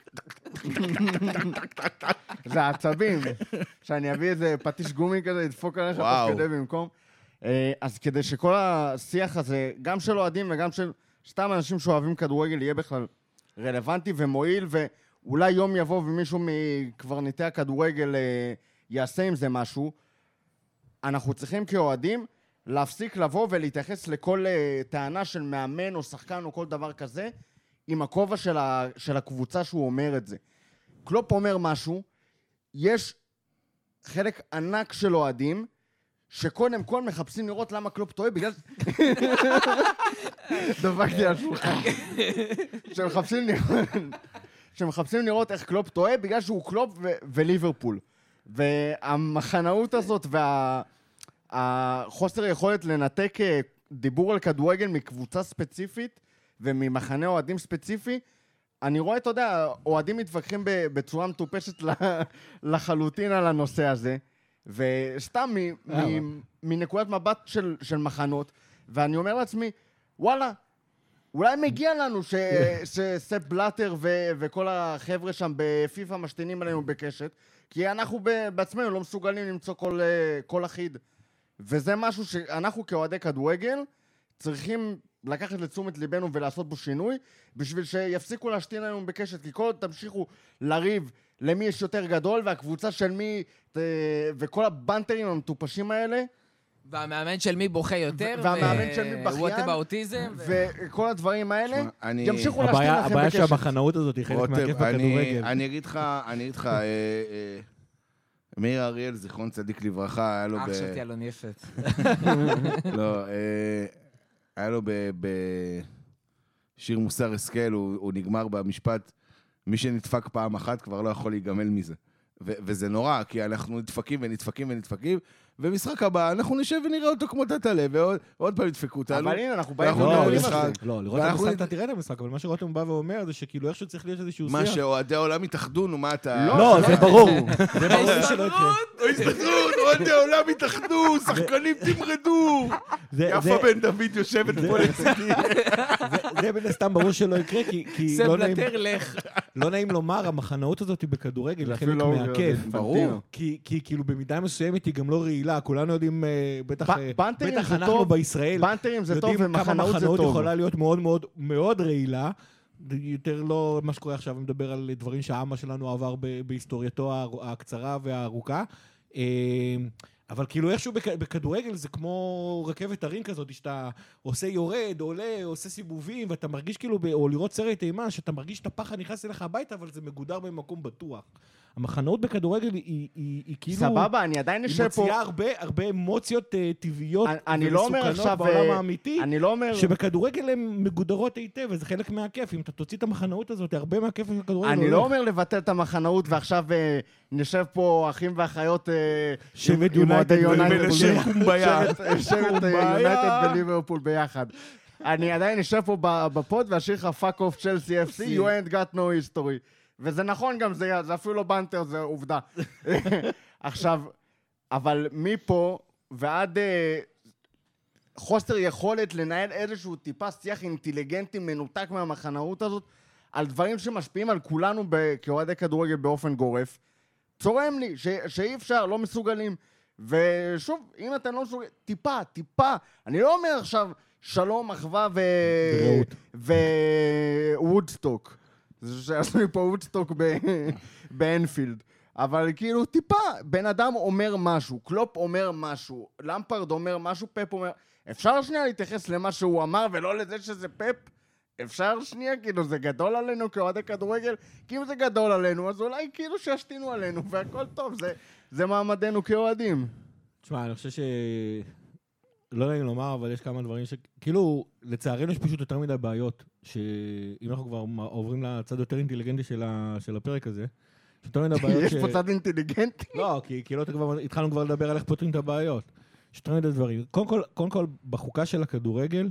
Speaker 5: זה העצבים. שאני אביא איזה פטיש גומי כזה, ידפוק עליך
Speaker 4: וואו.
Speaker 5: תוך כדי במקום. אז כדי שכל השיח הזה, גם של אוהדים וגם של סתם אנשים שאוהבים כדורגל, יהיה בכלל רלוונטי ומועיל, ואולי יום יבוא ומישהו מקברניטי הכדורגל יעשה עם זה משהו, אנחנו צריכים כאוהדים להפסיק לבוא ולהתייחס לכל טענה של מאמן או שחקן או כל דבר כזה, עם הכובע של הקבוצה שהוא אומר את זה. קלופ אומר משהו, יש חלק ענק של אוהדים, שקודם כל מחפשים לראות למה קלופ טועה, בגלל... דפקתי על שולחן. שמחפשים לראות איך קלופ טועה, בגלל שהוא קלופ וליברפול. והמחנאות הזאת והחוסר יכולת לנתק דיבור על כדורגל מקבוצה ספציפית וממחנה אוהדים ספציפי, אני רואה, אתה יודע, אוהדים מתווכחים בצורה מטופשת לחלוטין על הנושא הזה, וסתם מנקודת מבט של מחנות, ואני אומר לעצמי, וואלה, אולי מגיע לנו שספ בלאטר וכל החבר'ה שם בפיפה משתינים עלינו בקשת, כי אנחנו בעצמנו לא מסוגלים למצוא כל אחיד. וזה משהו שאנחנו כאוהדי כדורגל צריכים לקחת לתשומת ליבנו ולעשות בו שינוי, בשביל שיפסיקו להשתין עלינו בקשת, כי כל עוד תמשיכו לריב למי יש יותר גדול, והקבוצה של מי, וכל הבנטרים המטופשים האלה,
Speaker 3: והמאמן של מי בוכה יותר,
Speaker 5: והמאמן של מי בכיין,
Speaker 3: ווטאבאוטיזם,
Speaker 5: וכל הדברים האלה, ימשיכו להשתין לכם בקשת.
Speaker 6: הבעיה שהמחנאות הזאת היא חלק מהכיף בכדורגל.
Speaker 4: אני אגיד לך, מאיר אריאל, זיכרון צדיק לברכה, היה לו
Speaker 3: אח שתי אלון יפת.
Speaker 4: לא, היה לו בשיר מוסר השכל, הוא נגמר במשפט, מי שנדפק פעם אחת כבר לא יכול להיגמל מזה. וזה נורא, כי אנחנו נדפקים ונדפקים, ומשחק הבא אנחנו נשב ונראה אותו כמו תתלה, ועוד פעם נדפקו אותנו.
Speaker 5: אבל הנה, אנחנו באים לראות
Speaker 6: המשחק. לא, לראות את המשחק אתה תראה את המשחק, אבל מה שרותם בא ואומר זה שכאילו איכשהו צריך להיות איזשהו שיח.
Speaker 4: מה שאוהדי העולם יתאחדו, נו מה אתה...
Speaker 6: לא, זה ברור. זה ברור שלא יקרה.
Speaker 4: הסתדרות, אוהדי העולם יתאחדו, שחקנים תמרדו. יפה בן דוד יושבת פה לצדי.
Speaker 6: זה בין הסתם ברור שלא יקרה, כי
Speaker 3: לא
Speaker 6: נעים לומר, המחנאות הזאת בכדורגל היא חלק מהכיף.
Speaker 4: ברור.
Speaker 6: כי כאילו במידה מסוימת היא גם לא רעילה, כולנו יודעים, בטח אנחנו בישראל,
Speaker 5: בנטרים זה טוב
Speaker 6: יודעים כמה
Speaker 5: ומחנאות זה
Speaker 6: מחנאות
Speaker 5: טוב.
Speaker 6: יכולה להיות מאוד מאוד מאוד רעילה, יותר לא מה שקורה עכשיו, אני מדבר על דברים שהעם שלנו עבר בהיסטורייתו הקצרה והארוכה, אבל כאילו איכשהו בכדורגל זה כמו רכבת הרים כזאת, שאתה עושה יורד, עולה, עושה סיבובים, ואתה מרגיש כאילו, או לראות סרט אימה, שאתה מרגיש את הפחד נכנס אליך הביתה, אבל זה מגודר במקום בטוח. המחנאות בכדורגל היא כאילו...
Speaker 5: סבבה, אני עדיין נשאר פה...
Speaker 6: היא מוציאה הרבה אמוציות טבעיות
Speaker 5: ומסוכנות
Speaker 6: בעולם האמיתי,
Speaker 5: אני לא אומר...
Speaker 6: שבכדורגל הן מגודרות היטב, וזה חלק מהכיף. אם אתה תוציא את המחנאות הזאת, הרבה מהכיף של הכדורגל...
Speaker 5: אני לא אומר לבטל את המחנאות, ועכשיו נשב פה אחים ואחיות...
Speaker 6: שבט יונייטד
Speaker 5: וליברפול ביחד. אני עדיין נשב פה בפוד והשאיר לך fuck off Chelsea FC, you ain't got no history. וזה נכון גם, זה אפילו לא בנטר, זה עובדה. עכשיו, אבל מפה ועד חוסר יכולת לנהל איזשהו טיפה שיח אינטליגנטי מנותק מהמחנאות הזאת, על דברים שמשפיעים על כולנו כאוהדי כדורגל באופן גורף, צורם לי שאי אפשר, לא מסוגלים. ושוב, אם אתם לא מסוגלים, טיפה, אני לא אומר עכשיו שלום, אחווה וודסטוק. זה שעשו לי פה וודסטוק באנפילד. אבל כאילו טיפה, בן אדם אומר משהו, קלופ אומר משהו, למפרד אומר משהו, פפ אומר... אפשר שנייה להתייחס למה שהוא אמר ולא לזה שזה פפ? אפשר שנייה, כאילו זה גדול עלינו כאוהדי כדורגל? כי אם זה גדול עלינו, אז אולי כאילו שישתינו עלינו והכל טוב, זה מעמדנו כאוהדים.
Speaker 6: תשמע, אני חושב לא נעים לומר, אבל יש כמה דברים כאילו, לצערנו יש פשוט יותר מדי בעיות, שאם אנחנו כבר עוברים לצד יותר אינטליגנטי של הפרק הזה, יותר מדי בעיות
Speaker 5: יש פה צד אינטליגנטי?
Speaker 6: לא, כי לא התחלנו כבר לדבר על איך פותרים את הבעיות. יש יותר מדי דברים. קודם כל, בחוקה של הכדורגל,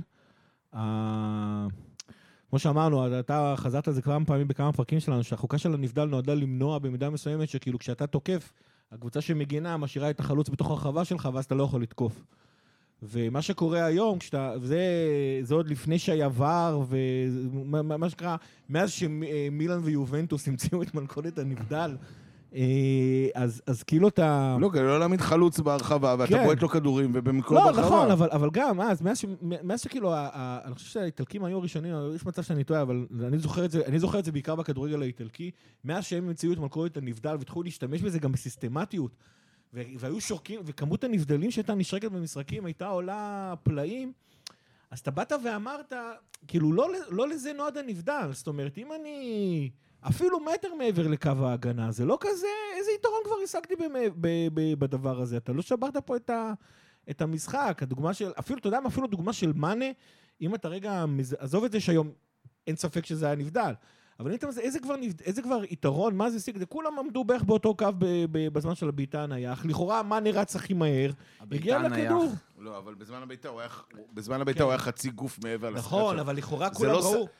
Speaker 6: כמו שאמרנו, אתה חזרת על זה כמה פעמים בכמה פרקים שלנו, שהחוקה של הנבדל נועדה למנוע במידה מסוימת, שכאילו כשאתה תוקף, הקבוצה שמגינה משאירה את החלוץ בתוך הרחבה שלך, ואז אתה לא יכול לתקוף. ומה שקורה היום, זה עוד לפני שהיה ור, ומה שקרה, מאז שמילאן ויובנטוס המציאו את מלכודת הנבדל, אז כאילו אתה...
Speaker 4: לא, לא להעמיד חלוץ בהרחבה, ואתה בועט לו כדורים, ובמקום בהרחבה.
Speaker 6: לא, נכון, אבל גם, מאז שכאילו, אני חושב שהאיטלקים היו הראשונים, יש מצב שאני טועה, אבל אני זוכר את זה בעיקר בכדורגל האיטלקי, מאז שהם המציאו את מלכודת הנבדל, והתחילו להשתמש בזה גם בסיסטמטיות, והיו שורקים, וכמות הנבדלים שהייתה נשרקת במשחקים הייתה עולה פלאים, אז אתה באת ואמרת, כאילו, לא לזה נועד הנבדל, זאת אומרת, אם אני... אפילו מטר מעבר לקו ההגנה, זה לא כזה, איזה יתרון כבר השגתי בדבר הזה, אתה לא שברת פה את המשחק, הדוגמה של, אפילו, אתה יודע, אפילו דוגמה של מנה, אם אתה רגע, עזוב את זה שהיום, אין ספק שזה היה נבדל, אבל איזה כבר יתרון, מה זה סיג, כולם עמדו בערך באותו קו בזמן של הביתה הנייח, לכאורה מנה רץ הכי מהר, הגיע לכדור.
Speaker 4: לא, אבל בזמן הביתה הוא היה חצי גוף מעבר לשחקן.
Speaker 6: נכון, אבל לכאורה כולם ראו.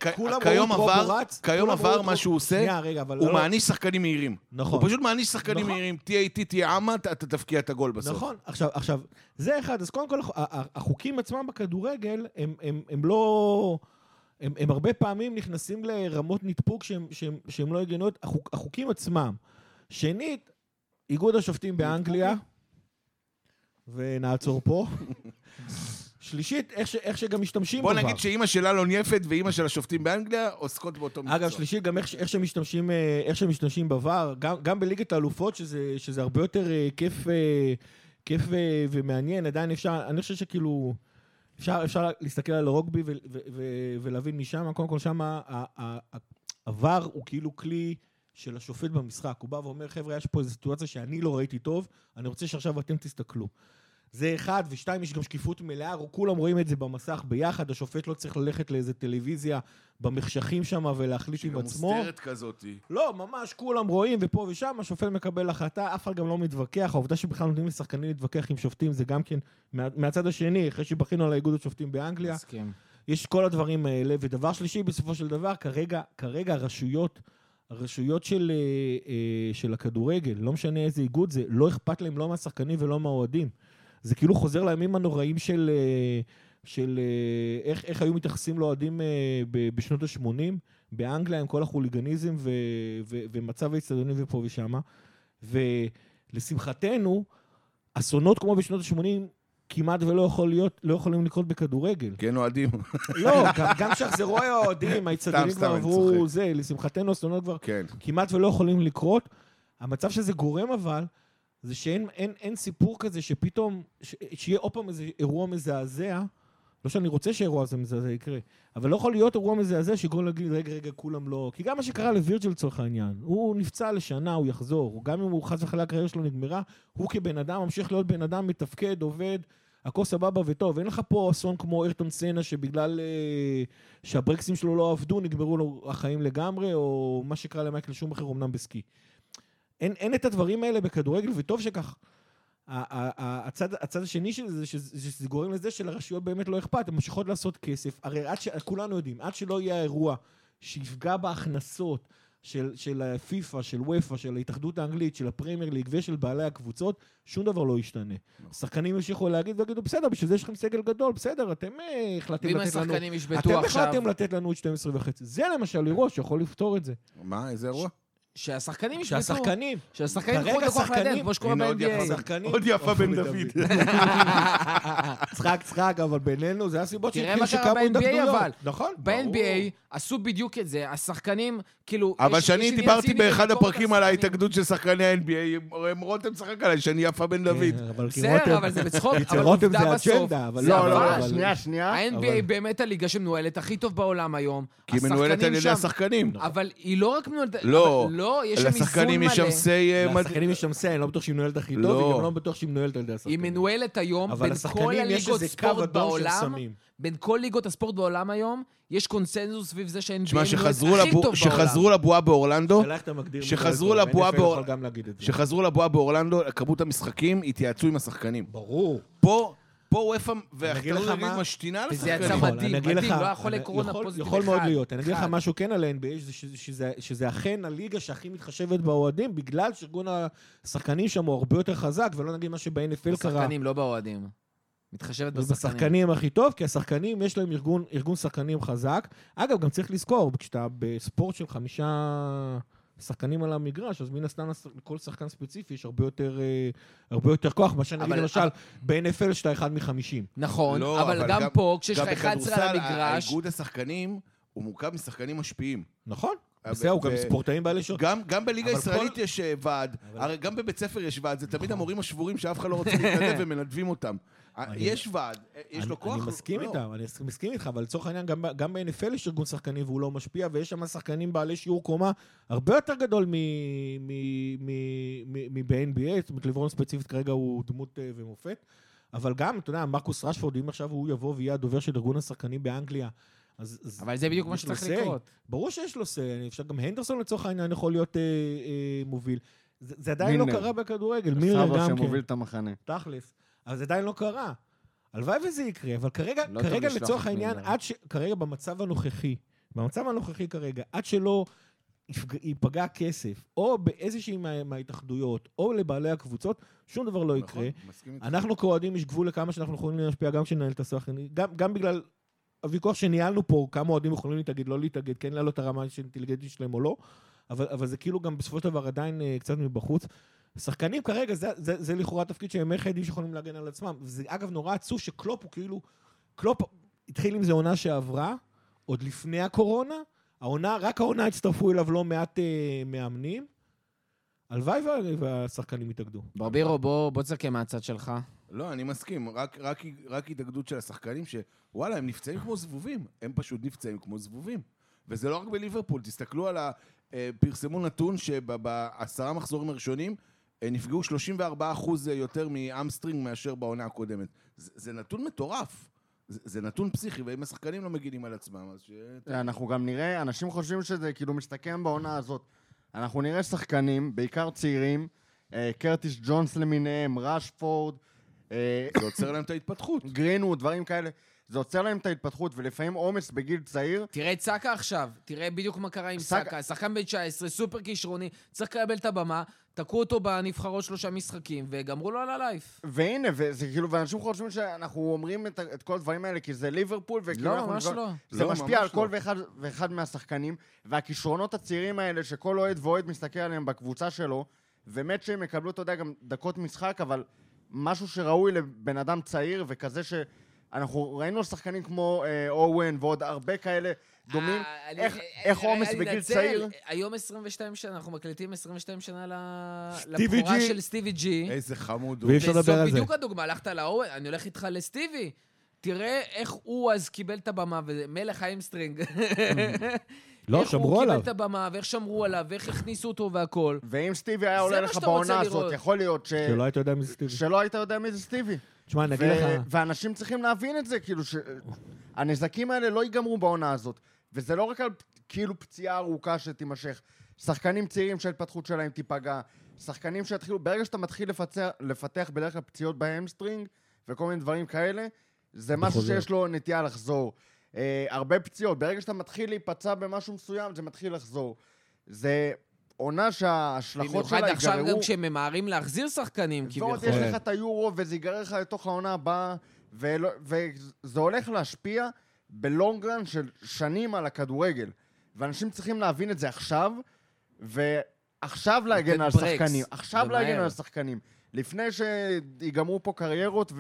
Speaker 4: כיום עבר מה שהוא עושה, הוא מעניש שחקנים מהירים.
Speaker 6: נכון.
Speaker 4: הוא פשוט מעניש שחקנים מהירים, תהיה איתי, תהיה עמה, אתה תפקיע את הגול בסוף.
Speaker 6: נכון, עכשיו, זה אחד, אז קודם כל, החוקים עצמם בכדורגל, הם לא... הם הרבה פעמים נכנסים לרמות נדפוק שהם לא הגיוניות, החוקים עצמם. שנית, איגוד השופטים באנגליה, ונעצור פה. שלישית, איך שגם משתמשים
Speaker 4: בוא
Speaker 6: בבר.
Speaker 4: נגיד שאמא של אלון יפת ואמא של השופטים באנגליה עוסקות באותו מקצוע.
Speaker 6: אגב, שלישית, גם איך שמשתמשים בבר, גם בליגת האלופות, שזה הרבה יותר כיף ומעניין, עדיין אפשר, אני חושב שכאילו, אפשר להסתכל על הרוגבי ולהבין משם, קודם כל שם, הבר הוא כאילו כלי של השופט במשחק. הוא בא ואומר, חבר'ה, יש פה איזו סיטואציה שאני לא ראיתי טוב, אני רוצה שעכשיו אתם תסתכלו. זה אחד, ושתיים, יש גם שקיפות מלאה, כולם רואים את זה במסך ביחד, השופט לא צריך ללכת לאיזה טלוויזיה במחשכים שם ולהחליט עם עצמו.
Speaker 4: שגם מוסתרת כזאת.
Speaker 6: לא, ממש, כולם רואים, ופה ושם, השופט מקבל החלטה, אף אחד גם לא מתווכח, העובדה שבכלל נותנים לשחקנים להתווכח עם שופטים, זה גם כן, מהצד השני, אחרי שבחינו על האיגוד השופטים באנגליה,
Speaker 3: מסכים.
Speaker 6: יש כל הדברים האלה, ודבר שלישי, בסופו של דבר, כרגע הרשויות של הכדורגל, לא משנה איזה איגוד זה, לא אכפת להם לא מהשחקנים ולא מהאוהדים. זה כאילו חוזר לימים הנוראים של איך היו מתייחסים לאוהדים בשנות ה-80, באנגליה עם כל החוליגניזם ומצב האצטדיונים ופה ושמה. ולשמחתנו, אסונות כמו בשנות ה-80 כמעט ולא יכולים לקרות בכדורגל.
Speaker 4: כן, אוהדים.
Speaker 6: לא, גם שהחזרו האוהדים, האצטדיונים כבר עברו זה, לשמחתנו אסונות כבר כמעט ולא יכולים לקרות. המצב שזה גורם אבל, זה שאין סיפור כזה שפתאום, שיהיה עוד פעם איזה אירוע מזעזע, לא שאני רוצה שאירוע הזה מזעזע יקרה, אבל לא יכול להיות אירוע מזעזע שיגרום להגיד, רגע, כולם לא, כי גם מה שקרה לווירג'ל לצורך העניין, הוא נפצע לשנה, הוא יחזור, גם אם הוא חס וחלילה הקריירה שלו נגמרה, הוא כבן אדם ממשיך להיות בן אדם מתפקד, עובד, הכל סבבה וטוב, אין לך פה אסון כמו איירטון סנה, שבגלל שהברקסים שלו לא עבדו, נגמרו לו החיים לגמרי, או מה שקרה למייקל שומאכר אומנם בסקי. אין את הדברים האלה בכדורגל, וטוב שכך. הצד השני של זה, שזה גורם לזה שלרשויות באמת לא אכפת, הן ממשיכות לעשות כסף, הרי כולנו יודעים, עד שלא יהיה האירוע שיפגע בהכנסות של הפיפה, של וויפה, של ההתאחדות האנגלית, של הפרמייר ליג ושל בעלי הקבוצות, שום דבר לא ישתנה. שחקנים ימשיכו להגיד ויגידו, בסדר, בשביל זה יש לכם סגל גדול, בסדר, אתם החלטתם לתת לנו את 12.5. זה למשל אירוע שיכול לפתור את זה.
Speaker 4: מה? איזה אירוע?
Speaker 3: שהשחקנים ישבטו.
Speaker 6: שהשחקנים
Speaker 3: קחו את הכוח לידיים, כמו שקורה ב-NBA.
Speaker 4: עוד יפה בן דוד.
Speaker 6: צחק, אבל בינינו, זה הסיבות
Speaker 3: תראה מה קרה ב-NBA אבל.
Speaker 6: נכון.
Speaker 3: ב-NBA עשו בדיוק את זה, השחקנים, כאילו...
Speaker 4: אבל שאני דיברתי באחד הפרקים על ההתאגדות של שחקני ה-NBA, הם רותם צחק עליי, שאני יפה בן דוד.
Speaker 3: בסדר, אבל זה בצחוק, אבל
Speaker 6: רותם
Speaker 3: עובדה
Speaker 6: זה אג'נדה, אבל
Speaker 5: לא, שנייה.
Speaker 3: ה-NBA באמת הליגה שמנוהלת הכי טוב בעולם היום.
Speaker 4: כי היא מנוהלת על ידי השחקנים.
Speaker 3: אבל היא לא רק מנוהלת...
Speaker 4: לא, לשחקנים יש שם סי...
Speaker 6: לשחקנים יש שם סי, אני לא בטוח שהיא מנוהלת הכי טוב, היא גם לא בטוח שהיא מנוהלת על ידי השחקנים.
Speaker 3: היא מנוהלת היום בין כל הליגות ספורט בעולם, בין כל ליגות הספורט בעולם היום, יש קונסנזוס סביב זה שה-NBA מנוהלת הכי טוב בעולם.
Speaker 4: שחזרו לבועה באורלנדו,
Speaker 6: שחזרו
Speaker 4: לבועה באורלנדו, כמות המשחקים התייעצו עם השחקנים.
Speaker 6: ברור.
Speaker 4: פה וופא והחתנות להגיד משתינה
Speaker 3: וזה
Speaker 4: לשחקנים.
Speaker 3: יצא מדהים, לא יכול לקורונה פוזיטיב אחד.
Speaker 6: יכול מאוד להיות. אני אגיד לך משהו כן על ה-NBA, שזה אכן הליגה שהכי מתחשבת באוהדים, בגלל שארגון השחקנים שם הוא הרבה יותר חזק, ולא נגיד מה שב-NFL קרה.
Speaker 3: בשחקנים, לא באוהדים. מתחשבת בשחקנים.
Speaker 6: בשחקנים הכי טוב, כי השחקנים יש להם ארגון שחקנים חזק. אגב, גם צריך לזכור, כשאתה בספורט של 5 שחקנים על המגרש, אז מן הסתם לכל שחקן ספציפי יש הרבה יותר כוח, מה שאני אגיד למשל, ב-NFL שאתה 1 מ-50.
Speaker 3: נכון, אבל גם פה, כשיש לך 11 על המגרש...
Speaker 4: האיגוד השחקנים הוא מורכב משחקנים משפיעים.
Speaker 6: נכון. בסדר, גם ספורטאים בעלי שעות.
Speaker 4: גם בליגה הישראלית יש ועד, הרי גם בבית ספר יש ועד, זה תמיד המורים השבורים שאף אחד לא רוצה להתנדב ומנדבים אותם. יש ועד, יש לו כוח?
Speaker 6: אני מסכים איתך, אבל לצורך העניין, גם ב-NFL יש ארגון שחקנים והוא לא משפיע, ויש שם שחקנים בעלי שיעור קומה הרבה יותר גדול מב-NBA, זאת אומרת, לברון ספציפית כרגע הוא דמות ומופת, אבל גם, אתה יודע, מרקוס רשפורד, אם עכשיו הוא יבוא ויהיה הדובר של ארגון השחקנים באנגליה,
Speaker 3: אבל זה בדיוק מה שצריך לקרות.
Speaker 6: ברור שיש לו סי, אפשר גם הנדרסון לצורך העניין יכול להיות מוביל. זה עדיין לא קרה בכדורגל. מילנר גם כן.
Speaker 5: סבא שמוביל את המחנה.
Speaker 6: תכלס. אבל זה עדיין לא קרה. הלוואי וזה יקרה, אבל כרגע לצורך העניין, כרגע במצב הנוכחי כרגע, עד שלא ייפגע כסף, או באיזושהי מההתאחדויות, או לבעלי הקבוצות, שום דבר לא יקרה. אנחנו כאוהדים יש גבול לכמה שאנחנו יכולים להשפיע גם כשנהל את השחקנים, גם בגלל הוויכוח שניהלנו פה, כמה אוהדים יכולים להתאגד, לא להתאגד, כן לעלות הרמה של אינטליגנטית שלהם או לא, אבל זה כאילו גם בסופו של דבר עדיין קצת מבחוץ. שחקנים כרגע, זה לכאורה תפקיד שהם היחידים שיכולים להגן על עצמם. וזה אגב נורא עצוב שקלופ הוא כאילו, קלופ התחיל עם זה עונה שעברה, עוד לפני הקורונה, רק העונה הצטרפו אליו לא מעט מאמנים, הלוואי והשחקנים התאגדו.
Speaker 3: ברבירו, בוא תסכם מהצד שלך.
Speaker 4: לא, אני מסכים, רק התאגדות של השחקנים שוואלה, הם נפצעים כמו זבובים, הם פשוט נפצעים כמו זבובים. וזה לא רק בליברפול, תסתכלו על פרסמו נתון שב10 מחזורים הראשונים נפגעו 34% יותר מאמסטרינג מאשר בעונה הקודמת. זה נתון מטורף. זה נתון פסיכי, ואם השחקנים לא מגינים על עצמם, אז
Speaker 5: אנחנו גם נראה, אנשים חושבים שזה כאילו מסתכם בעונה הזאת. אנחנו נראה שחקנים, בעיקר צעירים, קרטיס ג'ונס למיניהם, רשפורד,
Speaker 4: זה עוצר להם את ההתפתחות.
Speaker 5: גרינווד, דברים כאלה. זה עוצר להם את ההתפתחות, ולפעמים אומץ בגיל צעיר.
Speaker 3: תראה את סאקה עכשיו, תראה בדיוק מה קרה עם סאקה. שחקן בן 19, סופר כישרוני, צריך לקבל את הבמה, תקעו אותו בנבחרות 3 משחקים, וגמרו לו על הלייף.
Speaker 5: והנה, וזה כאילו, ואנשים חושבים שאנחנו אומרים את כל הדברים האלה, כי זה ליברפול, וכאילו
Speaker 3: לא, ממש לא.
Speaker 5: זה משפיע על כל ואחד מהשחקנים, והכישרונות הצעירים האלה, שכל אוהד ואוהד מסתכל עליהם בקבוצה שלו, באמת שהם יקבלו, אתה יודע, גם דקות משחק, אבל משהו שראוי לבן אדם צעיר, וכזה אנחנו ראינו שחקנים כמו אוהן ועוד הרבה כאלה דומים, איך אומץ בגיל צעיר.
Speaker 3: היום 22 שנה, אנחנו מקליטים 22 שנה לבחורה של סטיבי ג'י.
Speaker 4: איזה חמוד הוא.
Speaker 6: ואי אפשר לדבר על זה.
Speaker 3: בדיוק הדוגמה, הלכת לאוהן, אני הולך איתך לסטיבי. תראה איך הוא אז קיבל את הבמה, ומלך האמסטרינג.
Speaker 6: לא, שמרו עליו.
Speaker 3: איך הוא קיבל את הבמה, ואיך שמרו עליו, ואיך הכניסו אותו והכל.
Speaker 5: ואם סטיבי היה עולה לך בעונה הזאת, יכול להיות
Speaker 6: שלא היית יודע מי זה סטיבי.
Speaker 5: שלא היית יודע מי זה סטיבי.
Speaker 6: תשמע, נגיד לך.
Speaker 5: ואנשים צריכים להבין את זה, כאילו שהנזקים האלה לא ייגמרו בעונה הזאת. וזה לא רק על כאילו פציעה ארוכה שתימשך. שחקנים צעירים שההתפתחות שלהם תיפגע. שחקנים שהתחילו, ברגע שאתה מתחיל לפתח בדרך כלל פציעות בהמסטרינג, וכל מיני דברים כאלה, זה משהו שיש לו נטייה לחזור. הרבה פציעות. ברגע שאתה מתחיל להיפצע במשהו מסוים, זה מתחיל לחזור. זה עונה שההשלכות שלה ייגררו.
Speaker 3: במיוחד עכשיו גם כשהם ממהרים להחזיר שחקנים, כביכול.
Speaker 5: ועוד יש לך את היורו, וזה ייגרר לך לתוך העונה הבאה, וזה הולך להשפיע בלונגרן של שנים על הכדורגל. ואנשים צריכים להבין את זה עכשיו, ועכשיו להגן על שחקנים. עכשיו להגן על שחקנים. לפני שיגמרו פה קריירות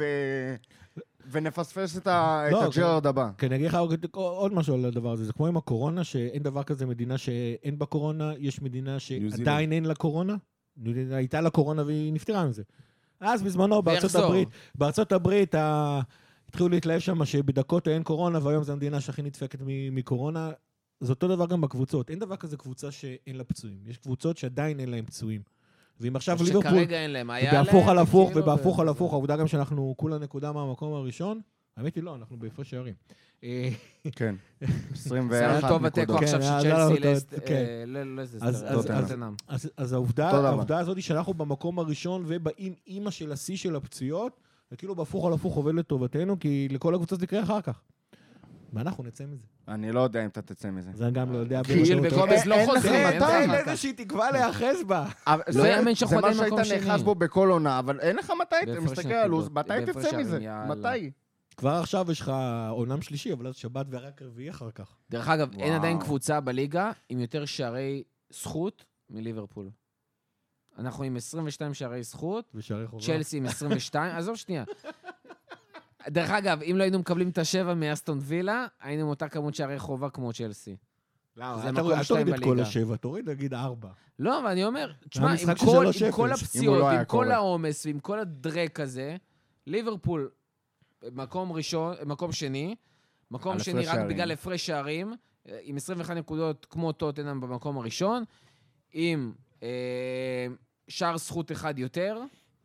Speaker 5: ונפספס את הג'רארד הבא.
Speaker 6: כן, אני אגיד לך עוד משהו על הדבר הזה. זה כמו עם הקורונה, שאין דבר כזה מדינה שאין בה קורונה, יש מדינה שעדיין אין לה קורונה. הייתה לה קורונה והיא נפטרה מזה. אז בזמנו בארצות הברית התחילו להתלהב שם שבדקות אין קורונה, והיום זו המדינה שהכי נדפקת מקורונה. זה אותו דבר גם בקבוצות. אין דבר כזה קבוצה שאין לה פצועים. יש קבוצות שעדיין אין להם פצועים. ואם עכשיו ליברפול,
Speaker 3: שכרגע אין להם,
Speaker 6: בהפוך על הפוך ובהפוך על הפוך, העובדה גם שאנחנו כולה נקודה מהמקום הראשון, האמת היא לא, אנחנו בהפרש שערים.
Speaker 5: כן, 21
Speaker 3: נקודות. טוב התיקו עכשיו
Speaker 6: שצ'לסי אז העובדה הזאת היא שאנחנו במקום הראשון ובאים אימא של השיא של הפציעות, וכאילו בהפוך על הפוך עובד לטובתנו, כי לכל הקבוצה זה יקרה אחר כך. ואנחנו נצא מזה.
Speaker 5: אני לא יודע אם אתה תצא מזה.
Speaker 6: זה גם לא יודע.
Speaker 3: קיל וגומז לא חוזרים.
Speaker 6: אין איזושהי תקווה להיאחז בה.
Speaker 3: לא יאמן שחודם מקום שני.
Speaker 5: זה מה שהיית נאחז בו בכל עונה, אבל אין לך מתי, אתה מסתכל על לוז, מתי תצא מזה? מתי?
Speaker 6: כבר עכשיו יש לך עונם שלישי, אבל אז שבת ורק רביעי אחר כך.
Speaker 3: דרך אגב, אין עדיין קבוצה בליגה עם יותר שערי זכות מליברפול. אנחנו עם 22 שערי זכות, צ'לסי עם 22, עזוב שנייה. דרך אגב, אם לא היינו מקבלים את 7 מאסטון וילה, היינו עם אותה כמות שערי חובה כמו צ'לסי.
Speaker 6: זה מקום 2 בליגה. תוריד את כל 7, תוריד נגיד 4.
Speaker 3: לא, אבל אני אומר, תשמע, עם כל הפציעות, עם כל העומס, ועם כל הדרק הזה, ליברפול, מקום ראשון, מקום שני רק בגלל הפרש שערים, עם 21 נקודות כמו טוטנהאם במקום הראשון, עם שער זכות אחד יותר,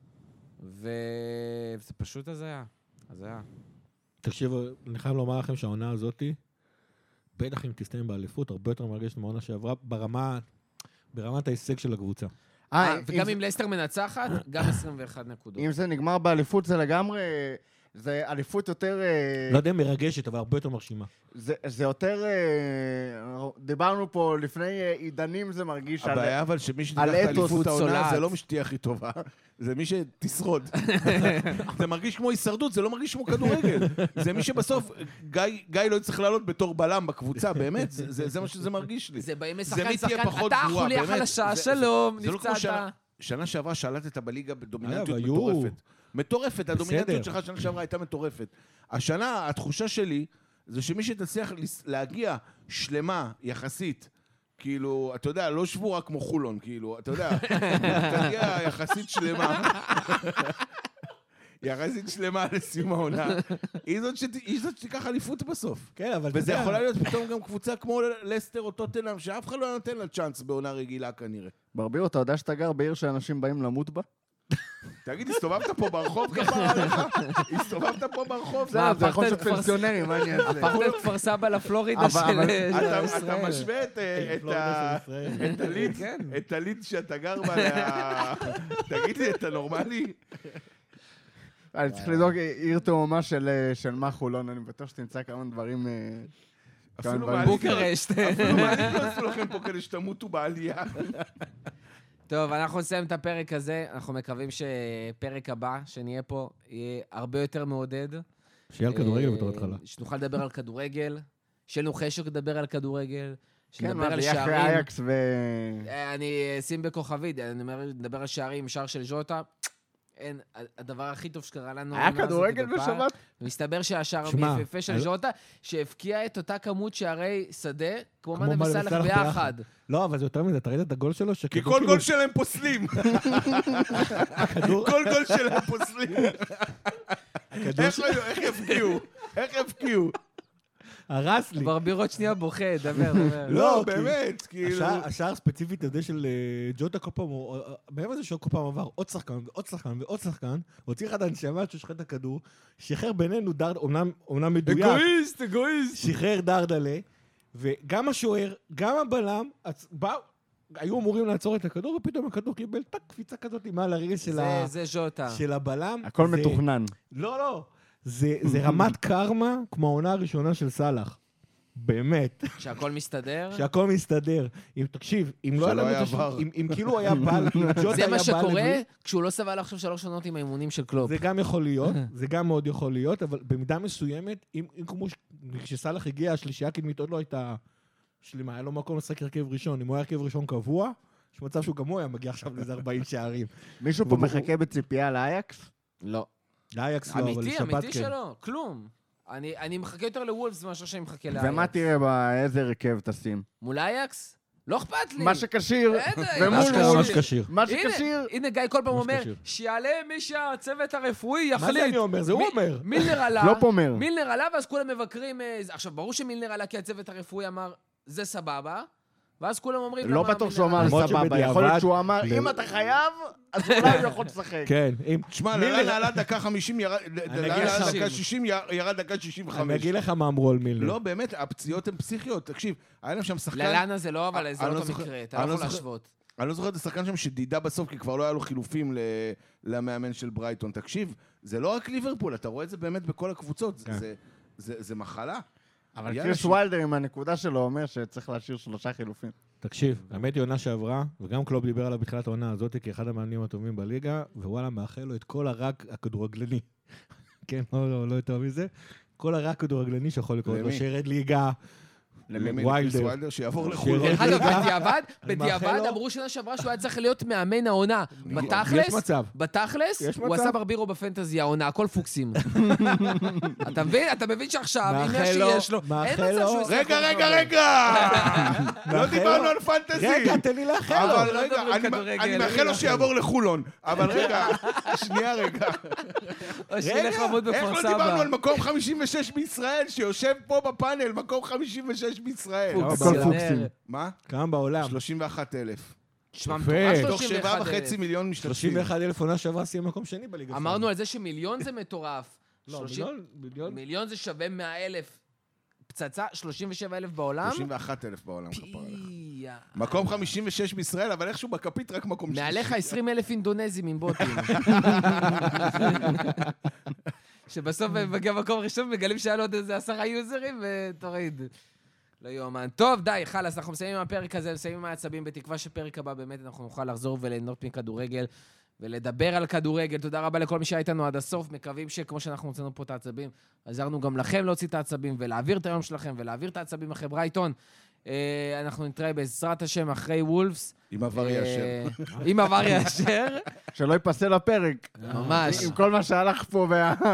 Speaker 3: וזה פשוט הזיה.
Speaker 6: תקשיבו, אני חייב לומר לכם שהעונה הזאת, בטח אם תסתיים באליפות, הרבה יותר מרגשת מהעונה שעברה, ברמת ההישג של הקבוצה.
Speaker 3: וגם אם לסטר מנצחת, גם 21 נקודות.
Speaker 5: אם זה נגמר באליפות, זה לגמרי, זה אליפות יותר...
Speaker 6: לא יודע, מרגשת, אבל הרבה יותר מרשימה.
Speaker 5: זה יותר... דיברנו פה לפני עידנים, זה מרגיש על...
Speaker 4: הבעיה אבל שמי שתיקח
Speaker 5: על
Speaker 4: את
Speaker 5: אתוס
Speaker 4: האליפות העונה
Speaker 3: צולעת.
Speaker 4: זה לא מי שתהיה הכי טובה, זה מי שתשרוד. זה מרגיש כמו הישרדות, זה לא מרגיש כמו כדורגל. זה מי שבסוף, גיא לא יצטרך לעלות בתור בלם בקבוצה, באמת, זה מה שזה מרגיש לי.
Speaker 3: זה באים
Speaker 4: מי
Speaker 3: לשחקן,
Speaker 4: תהיה פחות
Speaker 3: אתה
Speaker 4: גרועה,
Speaker 3: חוליה
Speaker 4: באמת.
Speaker 3: חלשה,
Speaker 4: זה-
Speaker 3: שלום,
Speaker 4: זה לא כמו
Speaker 3: נפצעת.
Speaker 4: שנה שעברה שלטת בליגה בדומיננטיות
Speaker 6: היו.
Speaker 4: מטורפת. מטורפת, הדומיננטיות
Speaker 6: בסדר.
Speaker 4: שלך שנה שעברה הייתה מטורפת. השנה, התחושה שלי, זה שמי שתצליח להגיע שלמה, יחסית, כאילו, אתה יודע, לא שבורה כמו חולון, כאילו, אתה יודע, תגיע יחסית שלמה, יחסית שלמה לסיום העונה, היא זאת שתיקח אליפות בסוף.
Speaker 6: כן, אבל
Speaker 4: וזה יכולה להיות פתאום גם קבוצה כמו לסטר או טוטנהאם, שאף אחד לא נותן לה צ'אנס בעונה רגילה כנראה.
Speaker 5: ברבירו, אתה יודע שאתה גר בעיר שאנשים באים למות בה?
Speaker 4: תגיד, הסתובבת פה ברחוב כפרה עליך? הסתובבת פה ברחוב?
Speaker 5: זה יכול
Speaker 3: הפכת
Speaker 5: להיות
Speaker 3: את כפר-
Speaker 5: פנסיונרים, מה אני אעשה?
Speaker 3: הפכת את כפר סבא לפלורידה
Speaker 5: אבל-
Speaker 3: של
Speaker 4: אתה
Speaker 3: ישראל.
Speaker 4: משווה את הליד שאתה גר בה, תגיד לי, אתה נורמלי?
Speaker 5: אני צריך לדאוג עיר תאומה של מה חולון, אני בטוח שתמצא כמה דברים...
Speaker 4: אפילו
Speaker 3: בוקרשט.
Speaker 4: אפילו מעליק לא עשו לכם פה כדי שתמותו בעלייה.
Speaker 3: טוב, אנחנו נסיים את הפרק הזה. אנחנו מקווים שפרק הבא, שנהיה פה, יהיה הרבה יותר מעודד.
Speaker 6: שיהיה על כדורגל בתור התחלה.
Speaker 3: שנוכל לדבר על כדורגל, שיהיה לנו חשק לדבר על כדורגל,
Speaker 5: כן,
Speaker 3: שנדבר
Speaker 5: מה,
Speaker 3: על
Speaker 5: זה יהיה אחרי
Speaker 3: שערים.
Speaker 5: אייקס
Speaker 3: אני אשים בכוכבית, אני אומר, נדבר על שערים, שער של ז'וטה. אין, הדבר הכי טוב שקרה לנו...
Speaker 5: היה
Speaker 3: העונה הזאת
Speaker 5: כדורגל
Speaker 3: בפער.
Speaker 5: בשבת?
Speaker 3: מסתבר שהשער
Speaker 6: שמע,
Speaker 3: היפה של
Speaker 6: אני-
Speaker 3: ז'וטה, שהפקיע את אותה כמות שערי שדה, כמו מנה
Speaker 6: מנה
Speaker 3: וסלח
Speaker 6: וסלח
Speaker 3: ביחד.
Speaker 6: לא, אבל זה יותר מזה, אתה ראית את הגול שלו?
Speaker 4: כי כל גול שלהם פוסלים. כל גול שלהם פוסלים. איך יפקיעו? איך יפקיעו?
Speaker 6: הרס לי.
Speaker 3: ברבירות שנייה בוכה, דבר, דבר.
Speaker 4: לא,
Speaker 6: כי-
Speaker 4: באמת, כאילו...
Speaker 6: השער ספציפית הזה של ג'וטה כל פעם, מעבר לזה שהוא כל פעם עבר עוד שחקן ועוד שחקן ועוד שחקן, הוציא לך את הנשמה שהוא שחרר את הכדור, שחרר בינינו דרד, אומנם מדויק,
Speaker 3: אגואיסט.
Speaker 6: שחרר דרדלה, וגם השוער, גם הבלם, היו אמורים לעצור את הכדור, ופתאום הכדור קיבל טק קפיצה כזאת מעל הרגל
Speaker 3: זה ז'וטה.
Speaker 6: של הבלם.
Speaker 5: הכל
Speaker 6: זה-
Speaker 5: מתוכנן.
Speaker 6: לא. זה רמת קרמה כמו העונה הראשונה של סלאח. באמת.
Speaker 3: שהכל מסתדר?
Speaker 6: שהכל מסתדר. אם תקשיב, אם לא
Speaker 4: שלא
Speaker 6: היה
Speaker 4: היה
Speaker 6: לנו את
Speaker 4: עבר.
Speaker 6: אם כאילו היה בא, אם ג'וטה
Speaker 3: זה
Speaker 6: היה
Speaker 3: מה
Speaker 6: בא
Speaker 3: שקורה
Speaker 6: לבריאות,
Speaker 3: כשהוא לא סבל עכשיו 3 שנות עם האימונים של קלופ.
Speaker 6: זה גם יכול להיות, זה גם מאוד יכול להיות, אבל במידה מסוימת, אם כמו כשסלאח הגיע, השלישייה הקדמית עוד לא הייתה שלמה, היה לו מקום לשחק הרכב ראשון. אם הוא היה הרכב ראשון קבוע, יש מצב שהוא גם הוא היה מגיע עכשיו לאיזה 40 שערים.
Speaker 5: מישהו פה מחכה בציפייה לאייקס?
Speaker 3: לא.
Speaker 6: לאייקס לא, אבל
Speaker 3: אמיתי,
Speaker 6: לשבת
Speaker 3: אמיתי
Speaker 6: כן.
Speaker 3: שלא. כלום. אני מחכה יותר לוולפס מאשר שאני מחכה לאייקס.
Speaker 5: ומה תראה באיזה הרכב תשים?
Speaker 3: מול אייקס? לא אכפת לי.
Speaker 5: מה שקשיר,
Speaker 3: בסדר,
Speaker 5: ומול
Speaker 3: מה
Speaker 6: מה
Speaker 3: שקשיר.
Speaker 6: שקשיר.
Speaker 5: מה
Speaker 3: הנה,
Speaker 5: שקשיר.
Speaker 3: הנה גיא כל פעם
Speaker 6: מה
Speaker 3: אומר,
Speaker 6: שקשיר.
Speaker 3: שיעלה מי שהצוות הרפואי
Speaker 6: מה זה
Speaker 3: יחליט.
Speaker 6: אני אומר? זה הוא אומר.
Speaker 3: מילנר עלה.
Speaker 5: לא פומר.
Speaker 3: מילנר עלה, ואז כולם מבקרים... עכשיו, ברור שמילנר עלה כי הצוות הרפואי אמר, זה סבבה, ואז כולם אומרים...
Speaker 5: לא
Speaker 3: למה
Speaker 5: בטוח
Speaker 3: מילנר
Speaker 5: שהוא אמר
Speaker 3: עלה?
Speaker 6: למרות
Speaker 5: סבבה, יכול
Speaker 6: שבדיעבד-
Speaker 5: להיות שהוא אמר, אם אתה חייב, אז אולי הוא יכול לשחק.
Speaker 6: כן, אם...
Speaker 4: תשמע,
Speaker 6: מילנר-
Speaker 4: לרן עלה דקה 50,
Speaker 3: אגיד
Speaker 4: עלה
Speaker 3: לך.
Speaker 4: דקה 60, ירד דקה 65.
Speaker 6: אני אגיד לך מה אמרו על מילנר.
Speaker 4: לא, באמת, הפציעות הן פסיכיות. תקשיב, היה להם שם שחקן...
Speaker 3: ללאנה זה לא, אבל זה
Speaker 4: אני
Speaker 3: לא
Speaker 4: לא
Speaker 3: אותו
Speaker 4: זוכר-
Speaker 3: מקרה, אתה
Speaker 4: אני
Speaker 3: לא
Speaker 4: לא
Speaker 3: יכול
Speaker 4: זוכר-
Speaker 3: להשוות.
Speaker 4: אני לא זוכר את השחקן שם שדידה בסוף, כי כבר לא היה לו חילופים למאמן של ברייטון. תקשיב, זה לא רק ליברפול, אתה רואה את זה באמת בכל הקבוצות.
Speaker 6: כן.
Speaker 4: זה מחלה.
Speaker 5: אבל
Speaker 4: יאללה,
Speaker 5: קריס ויילדר עם הנקודה שלו אומר שצריך להשאיר 3 חילופים.
Speaker 6: תקשיב, האמת היא עונה שעברה, וגם קלופ דיבר עליו בתחילת העונה הזאת כאחד המאמנים הטובים בליגה, ווואלה, מאחל לו את כל הרק הכדורגלני. כן, לא יותר מזה. כל הרק הכדורגלני שיכול לקרות לו,
Speaker 4: למי?
Speaker 6: שירד ליגה,
Speaker 4: למי?
Speaker 6: ויילדר.
Speaker 4: לקריס ויילדר, שיעבור לחו"ל.
Speaker 3: דרך אגב, בדיעבד,
Speaker 6: אני מאחל
Speaker 3: בדיעבד
Speaker 6: לו-
Speaker 3: אמרו שנה שעברה שהוא היה צריך להיות מאמן העונה.
Speaker 6: יש
Speaker 3: בתכלס,
Speaker 6: מצב.
Speaker 3: בתכלס,
Speaker 6: יש
Speaker 3: הוא
Speaker 6: מצב.
Speaker 3: עשה ברבירו בפנטזי העונה, הכל פוקסים. אתה מבין? אתה מבין שעכשיו, עם מה
Speaker 6: מאחל לו-
Speaker 3: שיש לו, אין
Speaker 6: מאחל
Speaker 3: מצב
Speaker 6: לו-
Speaker 3: שהוא ישחק
Speaker 4: רגע! לא
Speaker 6: מאחל
Speaker 4: דיברנו
Speaker 6: לו-
Speaker 4: על פנטזי!
Speaker 6: רגע, תן לי לאחל לו.
Speaker 4: אבל
Speaker 3: לא
Speaker 4: רגע,
Speaker 3: מדברים
Speaker 4: אני-
Speaker 3: כדורגל,
Speaker 4: אני
Speaker 3: לא
Speaker 4: מאחל לו
Speaker 3: מאחל
Speaker 4: שיעבור לחולון. אבל רגע, שנייה רגע.
Speaker 3: או שילך לעמוד
Speaker 4: איך
Speaker 3: בכפר
Speaker 4: לא דיברנו
Speaker 3: סבא.
Speaker 4: על מקום 56 בישראל, שיושב פה בפאנל, מקום 56 בישראל?
Speaker 5: הכל פוקסים.
Speaker 4: מה?
Speaker 6: כמה בעולם?
Speaker 4: 31,000.
Speaker 3: תשמע,
Speaker 6: יפה.
Speaker 3: מטורף
Speaker 4: תוך
Speaker 3: 31,000.
Speaker 4: 7.5 מיליון משתתפים.
Speaker 6: 31,000 עונה שעברה סיים מקום שני בליגה.
Speaker 3: אמרנו על זה שמיליון זה מטורף.
Speaker 6: לא,
Speaker 3: 30
Speaker 6: מיליון.
Speaker 3: מיליון זה שווה 100,000. פצצה, 37,000 בעולם.
Speaker 4: 31,000 בעולם כפרה לך.
Speaker 3: פי,
Speaker 4: מקום 56 בישראל, אבל איכשהו בכפית רק מקום
Speaker 3: מעליך 20,000 אינדונזים עם בוטים. שבסוף מגיע מקום ראשון, מגלים שהיה לו עוד איזה 10 יוזרים, ותוריד. לא יאומן. טוב, די, חלאס, אנחנו מסיימים עם הפרק הזה, מסיימים עם העצבים, בתקווה שפרק הבא באמת אנחנו נוכל לחזור וליהנות מכדורגל, ולדבר על כדורגל. תודה רבה לכל מי שהיה איתנו עד הסוף, מקווים שכמו שאנחנו הוצאנו פה את העצבים, עזרנו גם לכם להוציא את העצבים, ולהעביר את היום שלכם, ולהעביר את העצבים אחרי ברייטון. אנחנו נתראה בעזרת השם אחרי וולפס.
Speaker 4: עם עבר ישר.
Speaker 3: עם עבר ישר.
Speaker 5: שלא ייפסל הפרק.
Speaker 3: ממש.
Speaker 5: עם כל מה שהלך פה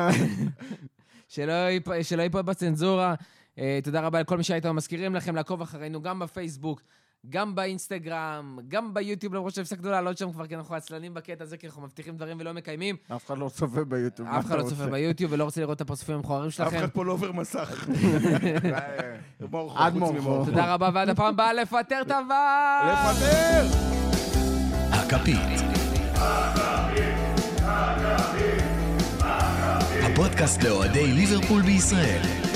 Speaker 3: שלא ייפול בצנזורה. תודה רבה לכל מי שהייתם. מזכירים לכם לעקוב אחרינו גם בפייסבוק, גם באינסטגרם, גם ביוטיוב, למרות שהפסקנו לעלות שם כבר, כי אנחנו עצלנים בקטע הזה, כי אנחנו מבטיחים דברים ולא מקיימים.
Speaker 5: אף אחד לא צופה ביוטיוב.
Speaker 3: אף אחד לא צופה ביוטיוב ולא רוצה לראות את הפרצופים המכוערים
Speaker 4: אף
Speaker 3: שלכם.
Speaker 4: אחד פה לא עובר מסך.
Speaker 5: עד מורכו.
Speaker 3: תודה רבה, ועד הפעם הבאה לפטר את הוואר!
Speaker 4: לפטר!
Speaker 1: הכפית. הפודקאסט לאוהדי ליברפול בישראל.